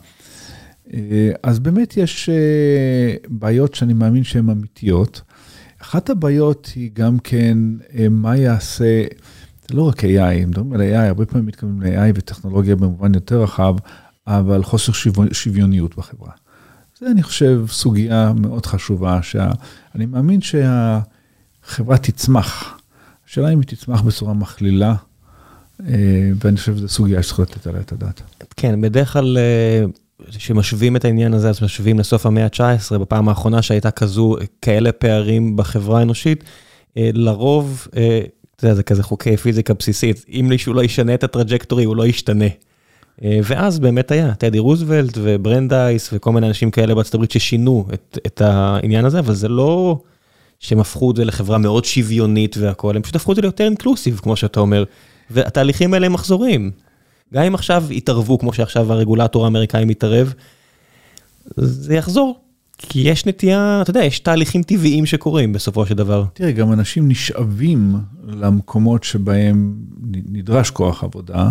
B: אז באמת יש בעיות שאני מאמין שהן אמיתיות. אחת הבעיות היא גם כן מה יעשה, זה לא רק איי איי, מדברים על איי איי, הרבה פעמים מתכוונים ל-איי איי וטכנולוגיה במובן יותר רחב, אבל חוסר שוויוניות בחברה. זה אני חושב סוגיה מאוד חשובה, שאני מאמין שהחברה תצמח. השאלה אם היא תצמח בצורה מכלילה, ואני חושב שזו סוגיה שצריך לתת עליה את הדעת.
A: כן, בדרך כלל... שמשווים את העניין הזה, אז משווים לסוף המאה ה-תשע עשרה, בפעם האחרונה שהייתה כזו, כאלה פערים בחברה האנושית, לרוב, אתה יודע, זה כזה חוקי פיזיקה בסיסית, אם מישהו לא ישנה את הטראג'קטורי, הוא לא ישתנה. ואז באמת היה, טדי רוזוולט וברנדייס, וכל מיני אנשים כאלה בארצות הברית ששינו את, את העניין הזה, אבל זה לא שהם הפכו את זה לחברה מאוד שוויונית והכל, הם פשוט הפכו את זה ליותר אינקלוסיב, כמו שאתה אומר, והתהליכים האלה הם מחזורים. גם אם עכשיו יתערבו, כמו שעכשיו הרגולטור האמריקאי מתערב, זה יחזור. כי יש נטייה, אתה יודע, יש תהליכים טבעיים שקורים בסופו של דבר.
B: תראה, גם אנשים נשאבים למקומות שבהם נדרש כוח עבודה,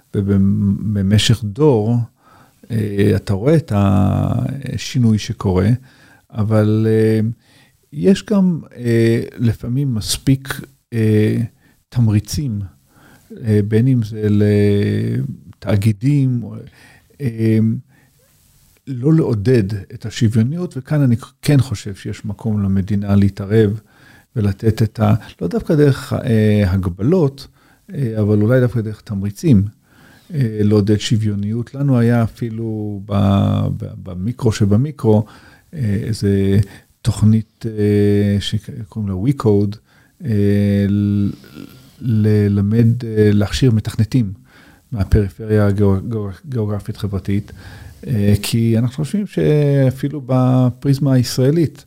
B: ובמשך דור, אתה רואה את השינוי שקורה, אבל יש גם לפעמים מספיק תמריצים, בין אם זה לתאגידים, לא לעודד את השוויוניות, וכאן אני כן חושב שיש מקום למדינה להתערב, ולתת את ה... לא דווקא דרך הגבלות, אבל אולי דווקא דרך תמריצים, לעודד שוויוניות. לנו היה אפילו במיקרו שבמיקרו, איזה תוכנית שקוראים לה WeCode, ללמד, להכשיר מתכנתים מהפריפריה הגיאוגרפית חברתית, כי אנחנו חושבים שאפילו בפריזמה הישראלית,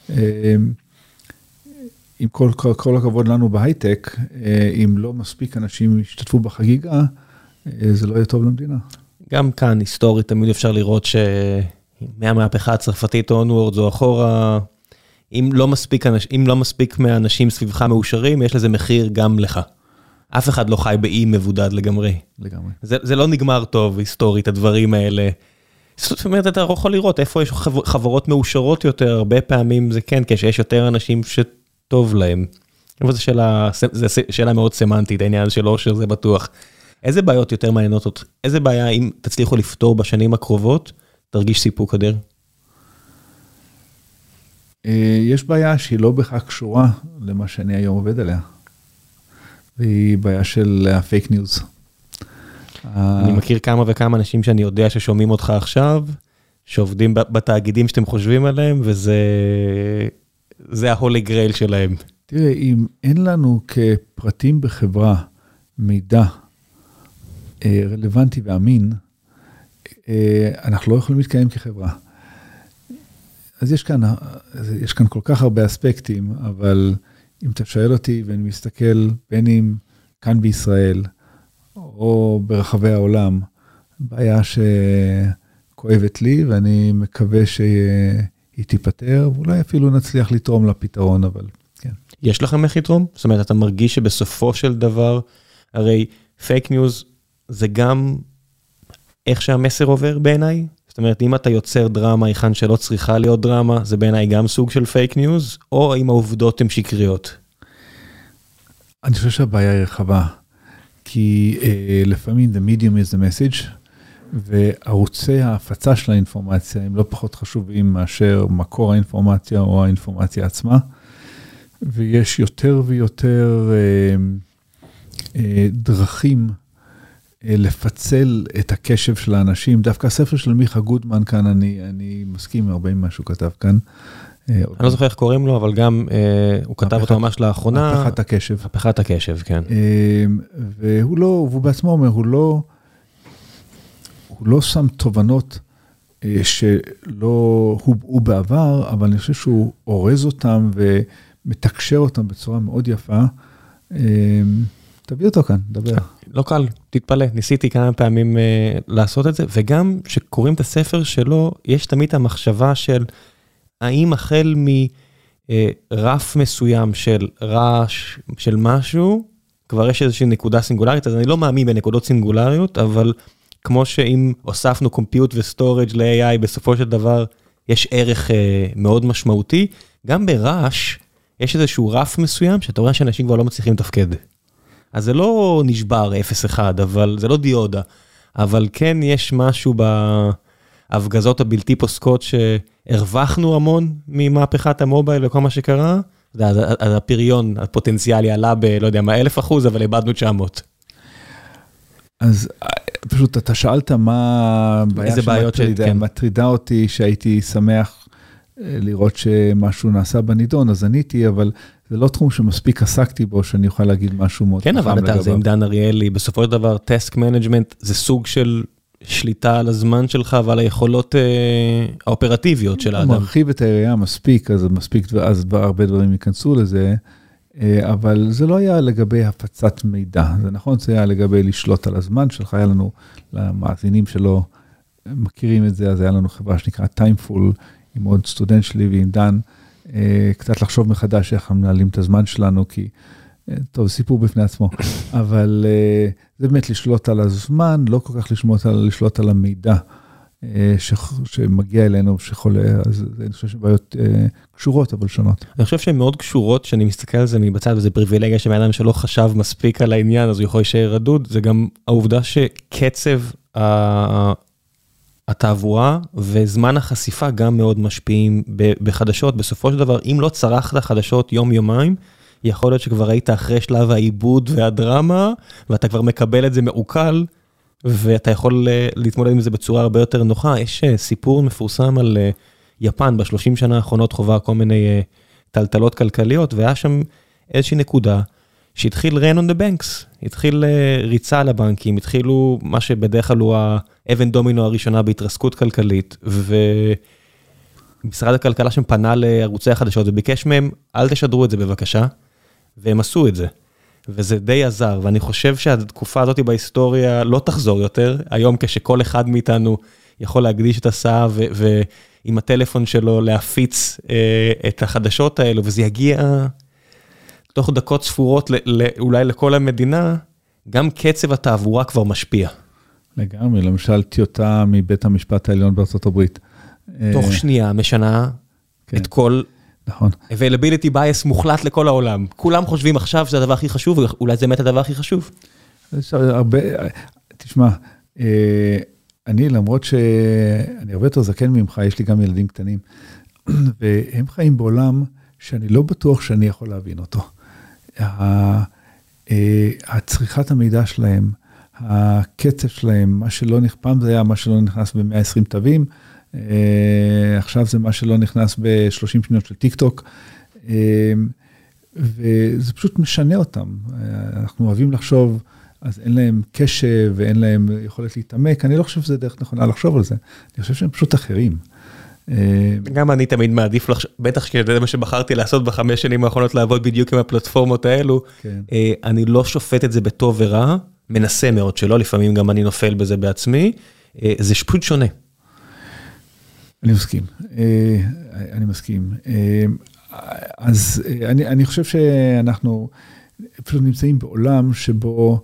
B: עם כל, כל, כל הכבוד לנו בהייטק, אם לא מספיק אנשים ישתתפו בחגיגה, זה לא יהיה טוב למדינה.
A: גם כאן, היסטורית, תמיד אפשר לראות שמהמהפכה הצרפתית onwards או אחורה, אם לא מספיק, אם לא מספיק מהאנשים סביבך מאושרים, יש לזה מחיר גם לך. אף אחד לא חי באי מבודד לגמרי.
B: לגמרי.
A: זה, זה לא נגמר טוב, היסטורית, הדברים האלה. זאת אומרת, אתה יכול לראות איפה יש חברות מאושרות יותר, הרבה פעמים זה כן, כשיש יותר אנשים שטוב להם. אבל זו שאלה, זו שאלה מאוד סמנטית, העניין של אושר, זה בטוח. איזה בעיות יותר מעניינות אותך? איזה בעיה, אם תצליחו לפתור בשנים הקרובות, תרגיש סיפוק אדיר?
B: יש בעיה שהיא לא בהכרח קשורה למה שאני היום עובד עליה. והיא בעיה של הפייק ניוז.
A: אני מכיר כמה וכמה אנשים שאני יודע ששומעים אותך עכשיו, שעובדים בתאגידים שאתם חושבים עליהם, וזה זה ההולי גרייל שלהם.
B: תראה, אם אין לנו כפרטים בחברה מידע רלוונטי ואמין, אנחנו לא יכולים להתקיים כחברה. אז יש כאן, יש כאן כל כך הרבה אספקטים, אבל אם אתה שואל אותי ואני מסתכל בין אם כאן בישראל, או ברחבי העולם, בעיה שכואבת לי, ואני מקווה שהיא תיפטר, ואולי אפילו נצליח לתרום לפתרון, אבל כן.
A: יש לכם איך לתרום? זאת אומרת, אתה מרגיש שבסופו של דבר, הרי פייק ניוז זה גם איך שהמסר עובר בעיניי? זאת אומרת, אם אתה יוצר דרמה, היכן שלא צריכה להיות דרמה, זה בעיניי גם סוג של פייק ניוז, או אם העובדות הן שקריות?
B: אני חושב שהבעיה היא רחבה, כי uh, לפעמים the medium is the message, וערוצי ההפצה של האינפורמציה הם לא פחות חשובים מאשר מקור האינפורמציה או האינפורמציה עצמה, ויש יותר ויותר uh, uh, דרכים לפצל את הקשב של האנשים. דווקא הספר של מיכה גודמן כאן, אני, אני מסכים הרבה עם מה שהוא כתב כאן.
A: אני לא זוכר איך קוראים לו, אבל גם הוא כתב אותו ממש לאחרונה.
B: מהפכת הקשב.
A: מהפכת הקשב, כן.
B: והוא לא, והוא בעצמו אומר, הוא לא, הוא לא שם תובנות שלא הובאו בעבר, אבל אני חושב שהוא אורז אותם ומתקשר אותם בצורה מאוד יפה. תביא אותו כאן, דבר.
A: לא קל, תתפלא, ניסיתי כמה פעמים uh, לעשות את זה, וגם שקוראים את הספר שלו, יש תמיד המחשבה של, האם החל מרף מסוים של רעש, של משהו, כבר יש איזושהי נקודה סינגולרית, אז אני לא מאמין בנקודות סינגולריות, אבל כמו שאם הוספנו קומפיוט וסטורג' ל-איי איי, בסופו של דבר יש ערך uh, מאוד משמעותי, גם ברעש יש איזשהו רף מסוים, שאתה רואה שאנשים כבר לא מצליחים לתפקד. אז זה לא נשבר אפס אחד, אבל זה לא דיודה, אבל כן יש משהו בהפגזות הבלתי פוסקות שהרווחנו המון ממהפכת המובייל וכל מה שקרה, אז הפריון הפוטנציאלי עלה ב, לא יודע מה, אלף אחוז, אבל איבדנו תשע מאות.
B: אז פשוט אתה שאלת מה הבעיה שמטרידה אותי, שהייתי שמח לראות שמשהו נעשה בנידון, אז עניתי, אבל זה לא תחום שמספיק עסקתי בו, שאני אוכל להגיד משהו מאוד
A: חכם לגביו. כן, אבל אתה, זה עם דן אריאלי, בסופו של דבר, טסק מנג'מנט, זה סוג של שליטה על הזמן שלך, ועל היכולות אה, האופרטיביות של האדם. הוא
B: מרחיב את העירייה מספיק, אז מספיק, אז הרבה דברים ייכנסו לזה, אה, אבל זה לא היה לגבי הפצת מידע, זה נכון, זה היה לגבי לשלוט על הזמן שלך, היה לנו, למאזינים שלא מכירים את זה, אז היה לנו חברה שנקרא טיימפול, עם עוד סטודנט שלי ועם דן, קצת לחשוב מחדש איך מנהלים את הזמן שלנו, כי, טוב, סיפור בפני עצמו, אבל זה באמת לשלוט על הזמן, לא כל כך לשלוט על, לשלוט על המידע שמגיע אלינו, שחולה, אז אני חושב שבעיות קשורות, אבל שונות.
A: אני חושב שהן מאוד קשורות, שאני מסתכל על זה מבצד, וזה פריבילגיה שמאדם שלא חשב מספיק על העניין, אז הוא יכול להישאר רדוד, זה גם העובדה שקצב התעבורה וזמן החשיפה גם מאוד משפיעים בחדשות. בסופו של דבר, אם לא צרכת חדשות יום-יומיים, יכול להיות שכבר היית אחרי שלב העיבוד והדרמה, ואתה כבר מקבל את זה מעוקל, ואתה יכול להתמודד עם זה בצורה הרבה יותר נוחה. יש סיפור מפורסם על יפן, בשלושים שנה האחרונות חובה כל מיני טלטלות כלכליות, והיה שם איזושהי נקודה, שהתחיל rain on the banks, התחיל ריצה לבנקים, התחילו מה שבדרך כלל הוא האבן דומינו הראשונה בהתרסקות כלכלית, ומשרד הכלכלה שפנה לערוצי החדשות וביקש מהם, אל תשדרו את זה בבקשה, והם עשו את זה. וזה די עזר, ואני חושב שהתקופה הזאת בהיסטוריה לא תחזור יותר, היום כשכל אחד מאיתנו יכול להקדיש את הסעה, ועם הטלפון שלו להפיץ את החדשות האלו, וזה יגיע תוך דקות ספורות אולי לכל המדינה, גם קצב התעבורה כבר משפיע.
B: לגמרי, למשל טיוטה מבית המשפט העליון בארצות הברית.
A: תוך שנייה משנה את כל...
B: נכון.
A: availability bias מוחלט לכל העולם. כולם חושבים עכשיו שזה הדבר הכי חשוב, ואולי זה באמת הדבר הכי חשוב.
B: יש הרבה... תשמע, אני למרות שאני הרבה יותר זקן ממך, יש לי גם ילדים קטנים, והם חיים בעולם שאני לא בטוח שאני יכול להבין אותו. הצריכת המידע שלהם, הקצב שלהם, מה שלא נכנס, פעם זה היה מה שלא נכנס ב-מאה ועשרים תווים, עכשיו זה מה שלא נכנס ב-שלושים שניות של טיק טוק, וזה פשוט משנה אותם. אנחנו אוהבים לחשוב, אז אין להם קשב ואין להם יכולת להתעמק, אני לא חושב שזה דרך נכונה לחשוב על זה, אני חושב שהם פשוט אחרים.
A: גם אני תמיד מעדיף לחשוב, בטח שזה מה שבחרתי לעשות בחמש שנים האחרונות, לעבוד בדיוק עם הפלטפורמות האלו, אני לא שופט את זה בטוב ורע, מנסה מאוד שלא, לפעמים גם אני נופל בזה בעצמי, זה פשוט שונה.
B: אני מסכים, אני מסכים. אז אני, אני חושב שאנחנו פשוט נמצאים בעולם שבו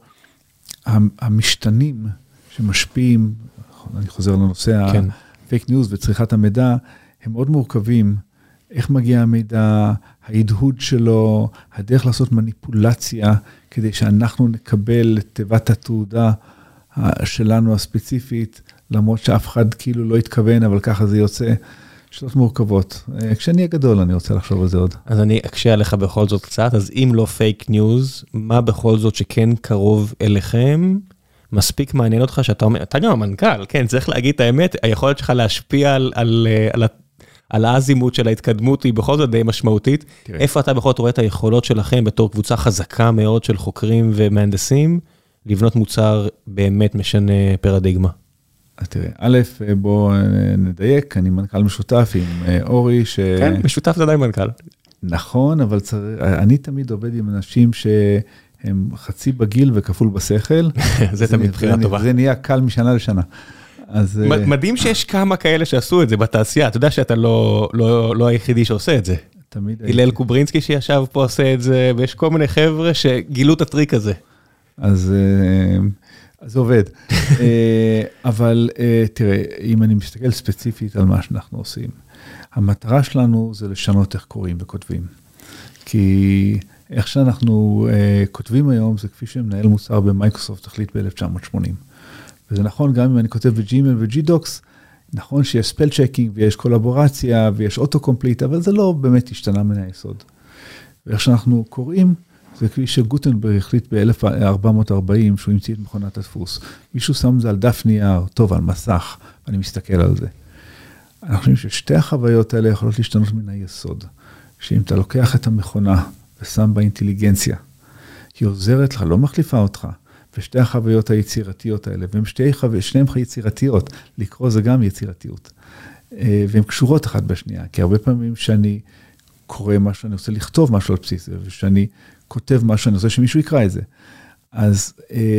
B: המשתנים שמשפיעים, אני חוזר לנושא
A: כן.
B: הפייק ניוז וצריכת המידע, הם מאוד מורכבים. איך מגיע המידע, ההדהוד שלו, הדרך לעשות מניפולציה, כדי שאנחנו נקבל את תיבת התעודה שלנו הספציפית, למרות שאף אחד כאילו לא התכוון, אבל ככה זה יוצא. שאלות מורכבות. כשאני אהיה גדול, אני רוצה לחשוב על זה עוד.
A: אז אני אקשה עליך בכל זאת קצת, אז אם לא פייק ניוז, מה בכל זאת שכן קרוב אליכם, מספיק מעניין אותך שאתה אומר, אתה גם המנכ"ל, כן, צריך להגיד את האמת, היכולת שלך להשפיע על, על, על, על האזימות של ההתקדמות היא בכל זאת די משמעותית. תראה. איפה אתה בכל זאת רואה את היכולות שלכם בתור קבוצה חזקה מאוד של חוקרים ומהנדסים, לבנות מוצר באמת משנה פרדיגמה?
B: אז תראה, א', בוא נדייק, אני מנכ"ל משותף עם אורי, ש...
A: כן, משותף זה עדיין מנכ"ל.
B: נכון, אבל צריך, אני תמיד עובד עם אנשים שהם חצי בגיל וכפול בשכל.
A: זה תמיד בחירה טובה.
B: זה נהיה קל משנה לשנה. אז...
A: מדהים שיש כמה כאלה שעשו את זה בתעשייה, אתה יודע שאתה לא, לא, לא היחידי שעושה את זה.
B: תמיד...
A: הלל קוברינסקי שישב פה עושה את זה, ויש כל מיני חבר'ה שגילו את הטריק הזה.
B: אז... אז זה עובד. אבל תראה, אם אני מסתכל ספציפית על מה שאנחנו עושים, המטרה שלנו זה לשנות איך קוראים וכותבים. כי איך שאנחנו כותבים היום, זה כפי שמנהל מוצר במייקרוסופט החליט ב-אלף תשע מאות שמונים. וזה נכון גם אם אני כותב בג'ימייל וג'י-דוקס, נכון שיש ספל צ'קינג ויש קולבורציה ויש אוטו-קומפליט, אבל זה לא באמת השתנה מן היסוד. ואיך שאנחנו קוראים, זה כפי שגוטנברג החליט ב-אלף ארבע מאות וארבעים, שהוא המציא את מכונת הדפוס. מישהו שם את זה על דף נייר, טוב, על מסך, ואני מסתכל על זה. אנחנו חושבים ששתי החוויות האלה יכולות להשתנות מן היסוד. שאם אתה לוקח את המכונה ושם בה אינטליגנציה, היא עוזרת לך, לא מחליפה אותך, ושתי החוויות היצירתיות האלה, והן שתי חוויות, שניהם יצירתיות, לקרוא זה גם יצירתיות. והן קשורות אחת בשנייה, כי הרבה פעמים שאני קורא משהו, אני רוצה לכתוב משהו על בסיס זה, ושאני כותב משהו, אני רוצה שמישהו יקרא את זה. אז,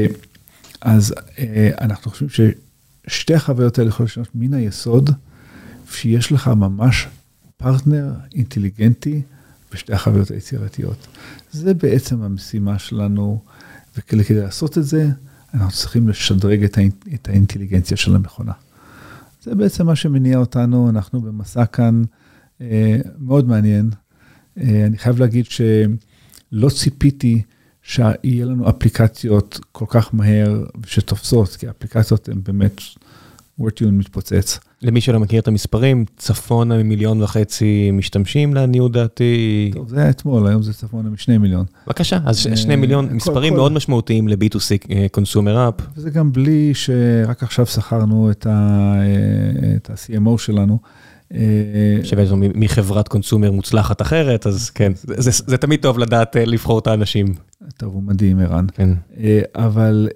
B: אז אנחנו חושבים ששתי החוויות האלה יכולות לשנות מן היסוד, שיש לך ממש פרטנר אינטליגנטי בשתי החוויות היצירתיות. זה בעצם המשימה שלנו, וכדי לעשות את זה, אנחנו צריכים לשדרג את, האינ, את האינטליגנציה של המכונה. זה בעצם מה שמניע אותנו, אנחנו במסע כאן אה, מאוד מעניין. אה, אני חייב להגיד שלא ציפיתי שיהיה לנו אפליקציות כל כך מהר שתופסות, כי האפליקציות הן באמת וורטיון מתפוצץ.
A: למי שלא מכיר את המספרים, צפונה ממיליון וחצי משתמשים לעניות דעתי.
B: טוב, זה היה אתמול, היום זה צפונה משני מיליון.
A: בקשה, אז שני מיליון, מספרים מאוד משמעותיים ל-בי טו סי Consumer App.
B: וזה גם בלי שרק עכשיו שכרנו את ה-סי אם או שלנו.
A: שבאיזו מחברת קונסומר מוצלחת אחרת, אז כן, זה תמיד טוב לדעת לבחור את האנשים.
B: טוב, הוא מדהים, ערן.
A: כן.
B: אבל...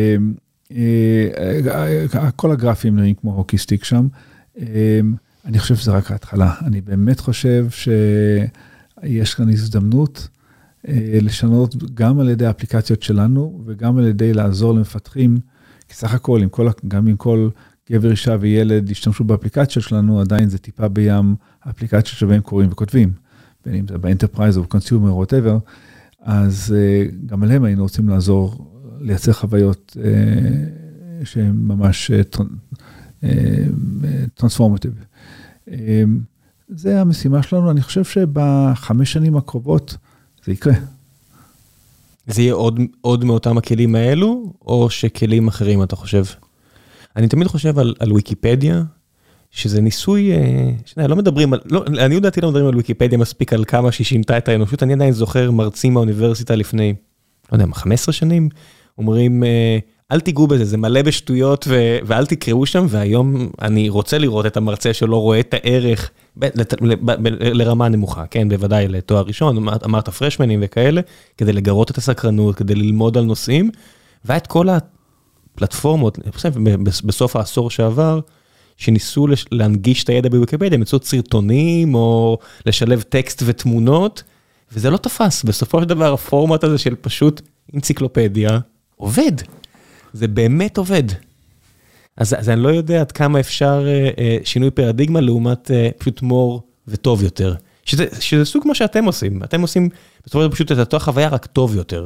B: כל הגרפים נראים כמו הוקי סטיק שם. אני חושב שזה רק ההתחלה. אני באמת חושב שיש כאן הזדמנות לשנות גם על ידי האפליקציות שלנו, וגם על ידי לעזור למפתחים, כי סך הכל, עם כל, גם עם כל גבר, אישה וילד ישתמשו באפליקציות שלנו, עדיין זה טיפה בים האפליקציות שבהם קוראים וכותבים, בין אם זה באנטרפרייז או בקונסיומר או whatever, אז גם עליהם היינו רוצים לעזור, לייצר חוויות שהן ממש טרנספורמטיב. זה המשימה שלנו, אני חושב שבחמש שנים הקרובות זה יקרה.
A: זה יהיה עוד, עוד מאותם הכלים האלו, או שכלים אחרים אתה חושב? אני תמיד חושב על, על ויקיפדיה, שזה ניסוי, שני, לא מדברים על, לא, אני יודעתי לא מדברים על ויקיפדיה מספיק על כמה שהיא שינתה את האנושות, אני עדיין זוכר מרצים מהאוניברסיטה לפני, לא יודע, חמש עשרה שנים, אומרים, אל תיגעו בזה, זה מלא בשטויות, ו- ואל תקראו שם, והיום אני רוצה לראות את המרצה שלא רואה את הערך, ב- ל- ב- ב- לרמה נמוכה, כן, בוודאי לתואר ראשון, אמרת, אמרת פרשמנים וכאלה, כדי לגרות את הסקרנות, כדי ללמוד על נושאים, ואת כל הפלטפורמות, אני חושב, בסוף העשור שעבר, שניסו להנגיש את הידע בוויקיפדיה, מצאות סרטונים, או לשלב טקסט ותמונות, וזה לא תפס, בסופו של דבר, הפורמט הזה של פשוט אנציקלופדיה, עובד. זה באמת עובד. אז, אז אני לא יודע עד כמה אפשר אה, שינוי פרדיגמה, לעומת אה, פשוט מור וטוב יותר. שזה, שזה סוג מה שאתם עושים. אתם עושים, בסופו של דבר, פשוט את אותה חוויה, רק טוב יותר.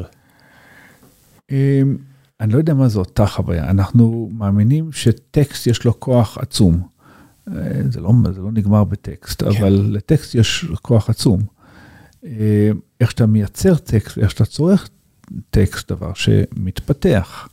B: אני לא יודע מה זו אותה חוויה. אנחנו מאמינים שטקסט יש לו כוח עצום. זה לא, זה לא נגמר בטקסט, כן. אבל לטקסט יש כוח עצום. איך שאתה מייצר טקסט, ואיך שאתה צורך טקסט, דבר שמתפתח.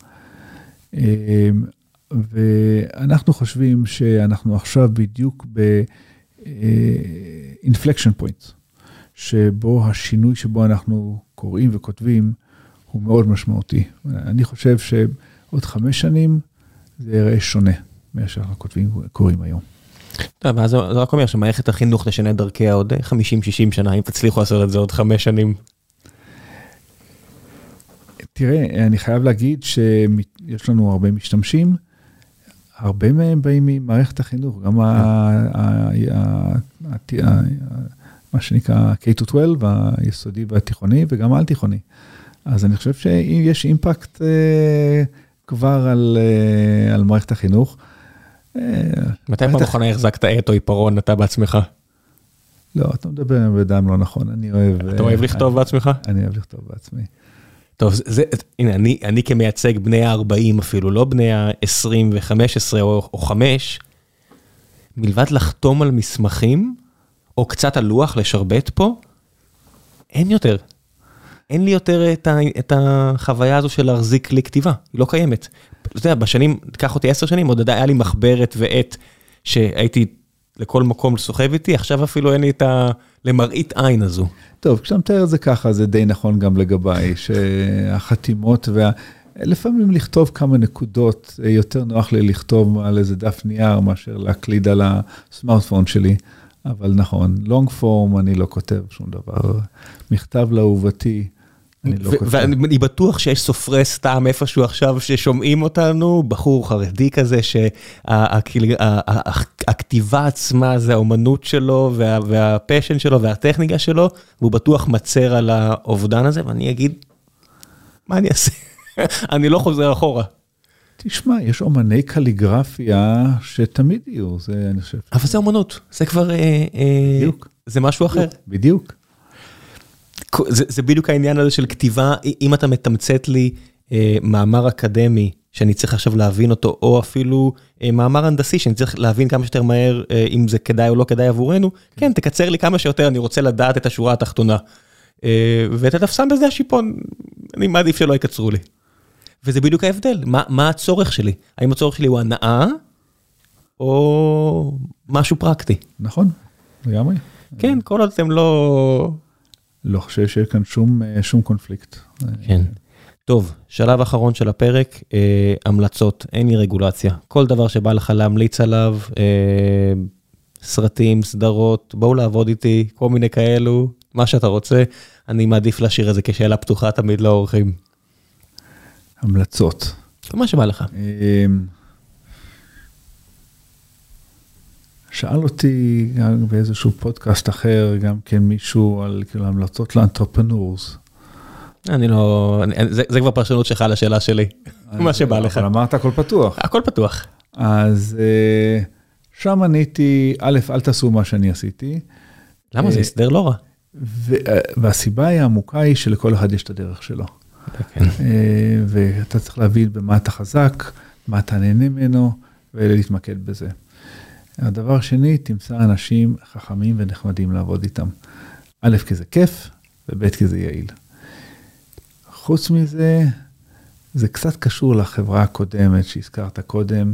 B: ואנחנו חושבים שאנחנו עכשיו בדיוק ב-inflection point, שבו השינוי שבו אנחנו קוראים וכותבים, הוא מאוד משמעותי. אני חושב שעוד חמש שנים זה יראה שונה, מה שאנחנו כותבים וקוראים היום.
A: טוב, אז זה רק אומר שמערכת החינוך תשנה דרכיה עוד חמישים שישים שנה, אם תצליחו לעשות את זה עוד חמש שנים.
B: תראה, אני חייב להגיד שיש לנו הרבה משתמשים, הרבה מהם באים ממערכת החינוך, גם מה שנקרא קיי טו שתים עשרה, היסודי והתיכוני, וגם העל תיכוני. אז אני חושב שיש אימפקט כבר על מערכת החינוך.
A: מתי פעם אחרונה החזקת עט או עיפרון, אתה בעצמך?
B: לא, אתה מדבר בדם לא נכון, אני אוהב...
A: אתה אוהב לכתוב בעצמך?
B: אני אוהב לכתוב בעצמי.
A: טוב, זה, הנה, אני, אני כמייצג בני ה-ארבעים אפילו, לא בני ה-עשרים ו-חמש עשרה או, או חמש, מלבד לחתום על מסמכים, או קצת על לוח לשרבט פה, אין יותר. אין לי יותר את, ה, את החוויה הזו של להחזיק לי כתיבה, היא לא קיימת. אתה יודע, בשנים, תיקח אותי עשר שנים, עוד היה לי מחברת ועט, שהייתי לכל מקום לסוחב איתי, עכשיו אפילו אין לי את ה... למראית עין הזו.
B: טוב, כשאתה מתאר את זה ככה, זה די נכון גם לגביי, שהחתימות וה... לפעמים לכתוב כמה נקודות, יותר נוח לי לכתוב על איזה דף נייר, מאשר להקליד על הסמארטפון שלי, אבל נכון, לונג פורם אני לא כותב שום דבר, מכתב לאהובתי, אני לא כותב.
A: ואני בטוח שיש סופרי סתם איפשהו עכשיו ששומעים אותנו, בחור חרדי כזה, שהכתיבה עצמה זה האומנות שלו, והפשן שלו, והטכניקה שלו, והוא בטוח מצר על האובדן הזה, ואני אגיד, מה אני אעשה? אני לא חוזר אחורה.
B: תשמע, יש אומני קליגרפיה שתמיד יהיו, זה אני חושב.
A: אבל זה אומנות, זה כבר, בדיוק. זה משהו אחר.
B: בדיוק.
A: זה, זה בדיוק העניין הזה של כתיבה, אם אתה מתמצת לי אה, מאמר אקדמי, שאני צריך עכשיו להבין אותו, או אפילו אה, מאמר הנדסי, שאני צריך להבין כמה שיותר מהר, אה, אם זה כדאי או לא כדאי עבורנו, כן, כן תקצר לי כמה שיותר, אני רוצה לדעת את השורה התחתונה. אה, ואת התפסם בזה השיפון, אני מעדיף שלא יקצרו לי. וזה בדיוק ההבדל, מה, מה הצורך שלי? האם הצורך שלי הוא הנאה, או משהו פרקטי?
B: נכון, לגמרי.
A: כן, כל עוד אתם לא...
B: לא חושב שיש כאן שום, שום קונפליקט.
A: כן. טוב, שלב אחרון של הפרק, אה, המלצות, אין לי רגולציה. כל דבר שבא לך להמליץ עליו, אה, סרטים, סדרות, בואו לעבוד איתי, כל מיני כאלו, מה שאתה רוצה, אני מעדיף להשאיר את זה כשאלה פתוחה תמיד לאורחים.
B: המלצות.
A: מה שבא לך.
B: אה, שאל אותי באיזשהו פודקאסט אחר, גם כן מישהו על כאילו, המלצות לאנטרפנורס.
A: אני לא, זה, זה כבר פרשנות שלך לשאלה שלי, מה שבא לך.
B: אבל אמרת הכל פתוח.
A: הכל פתוח.
B: אז שם עניתי, א', אל תעשו מה שאני עשיתי.
A: למה? זה הסדר לא רע.
B: והסיבה היא העמוקה היא שלכל אחד יש את הדרך שלו. ואתה צריך להבין במה אתה חזק, מה אתה נהנה ממנו, ולהתמקד בזה. הדבר השני, תמצא אנשים חכמים ונחמדים לעבוד איתם. א', כי זה כיף, וב', כי זה יעיל. חוץ מזה, זה קצת קשור לחברה הקודמת שהזכרת קודם,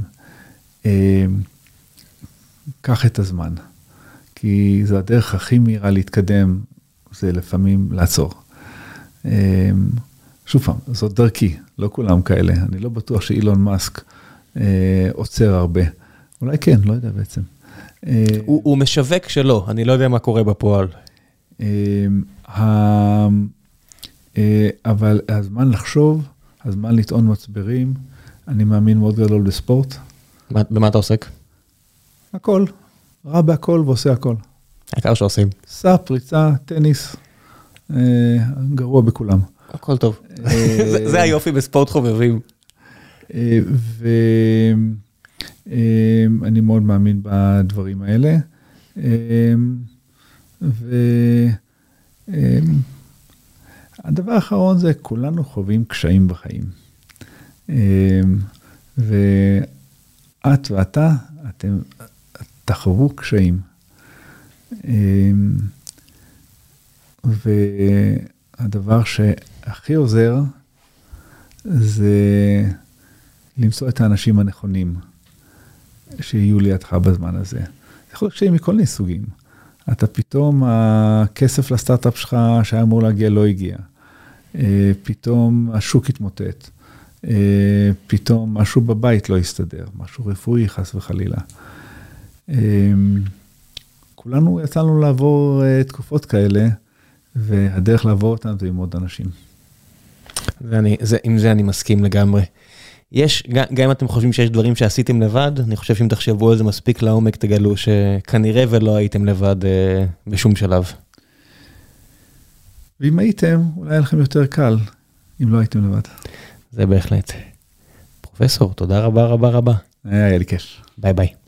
B: קח את הזמן, כי זה הדרך הכי מהירה להתקדם, זה לפעמים לעצור. שוב פעם, זאת דרכי, לא כולם כאלה, אני לא בטוח שאילון מאסק עוצר הרבה, אולי כן, לא יודע בעצם.
A: הוא, הוא משווק שלו, אני לא יודע מה קורה בפועל.
B: אבל הזמן לחשוב, הזמן לטעון מצברים, אני מאמין מאוד גדול בספורט.
A: במה אתה עוסק?
B: הכל, רע בהכל ועושה הכל.
A: העיקר שעושים.
B: סע, פריצה, טניס, גרוע בכולם.
A: הכל טוב. זה היופי בספורט חובבים.
B: ואני מאוד מאמין בדברים האלה. והדבר האחרון זה, כולנו חווים קשיים בחיים. ואת ואתה, אתם תחוו קשיים. והדבר שהכי עוזר, זה למצוא את האנשים הנכונים, שיהיו לידך בזמן הזה. זה יכול להיות קשיים מכל מיני סוגים. אתה פתאום, הכסף לסטארט-אפ שלך שהיה אמור להגיע לא הגיע. פתאום השוק התמוטט. פתאום משהו בבית לא יסתדר. משהו רפואי חס וחלילה. כולנו יצאנו לעבור תקופות כאלה, והדרך לעבור אותם זה עם עוד אנשים.
A: ואני, זה, עם זה אני מסכים לגמרי. יש, גם אם אתם חושבים שיש דברים שעשיתם לבד, אני חושב שאם תחשבו על זה מספיק לעומק, תגלו שכנראה ולא הייתם לבד אה, בשום שלב.
B: ואם הייתם, אולי היה לכם יותר קל, אם לא הייתם לבד.
A: זה בהחלט. פרופסור, תודה רבה רבה רבה.
B: היה לי כיף.
A: ביי ביי.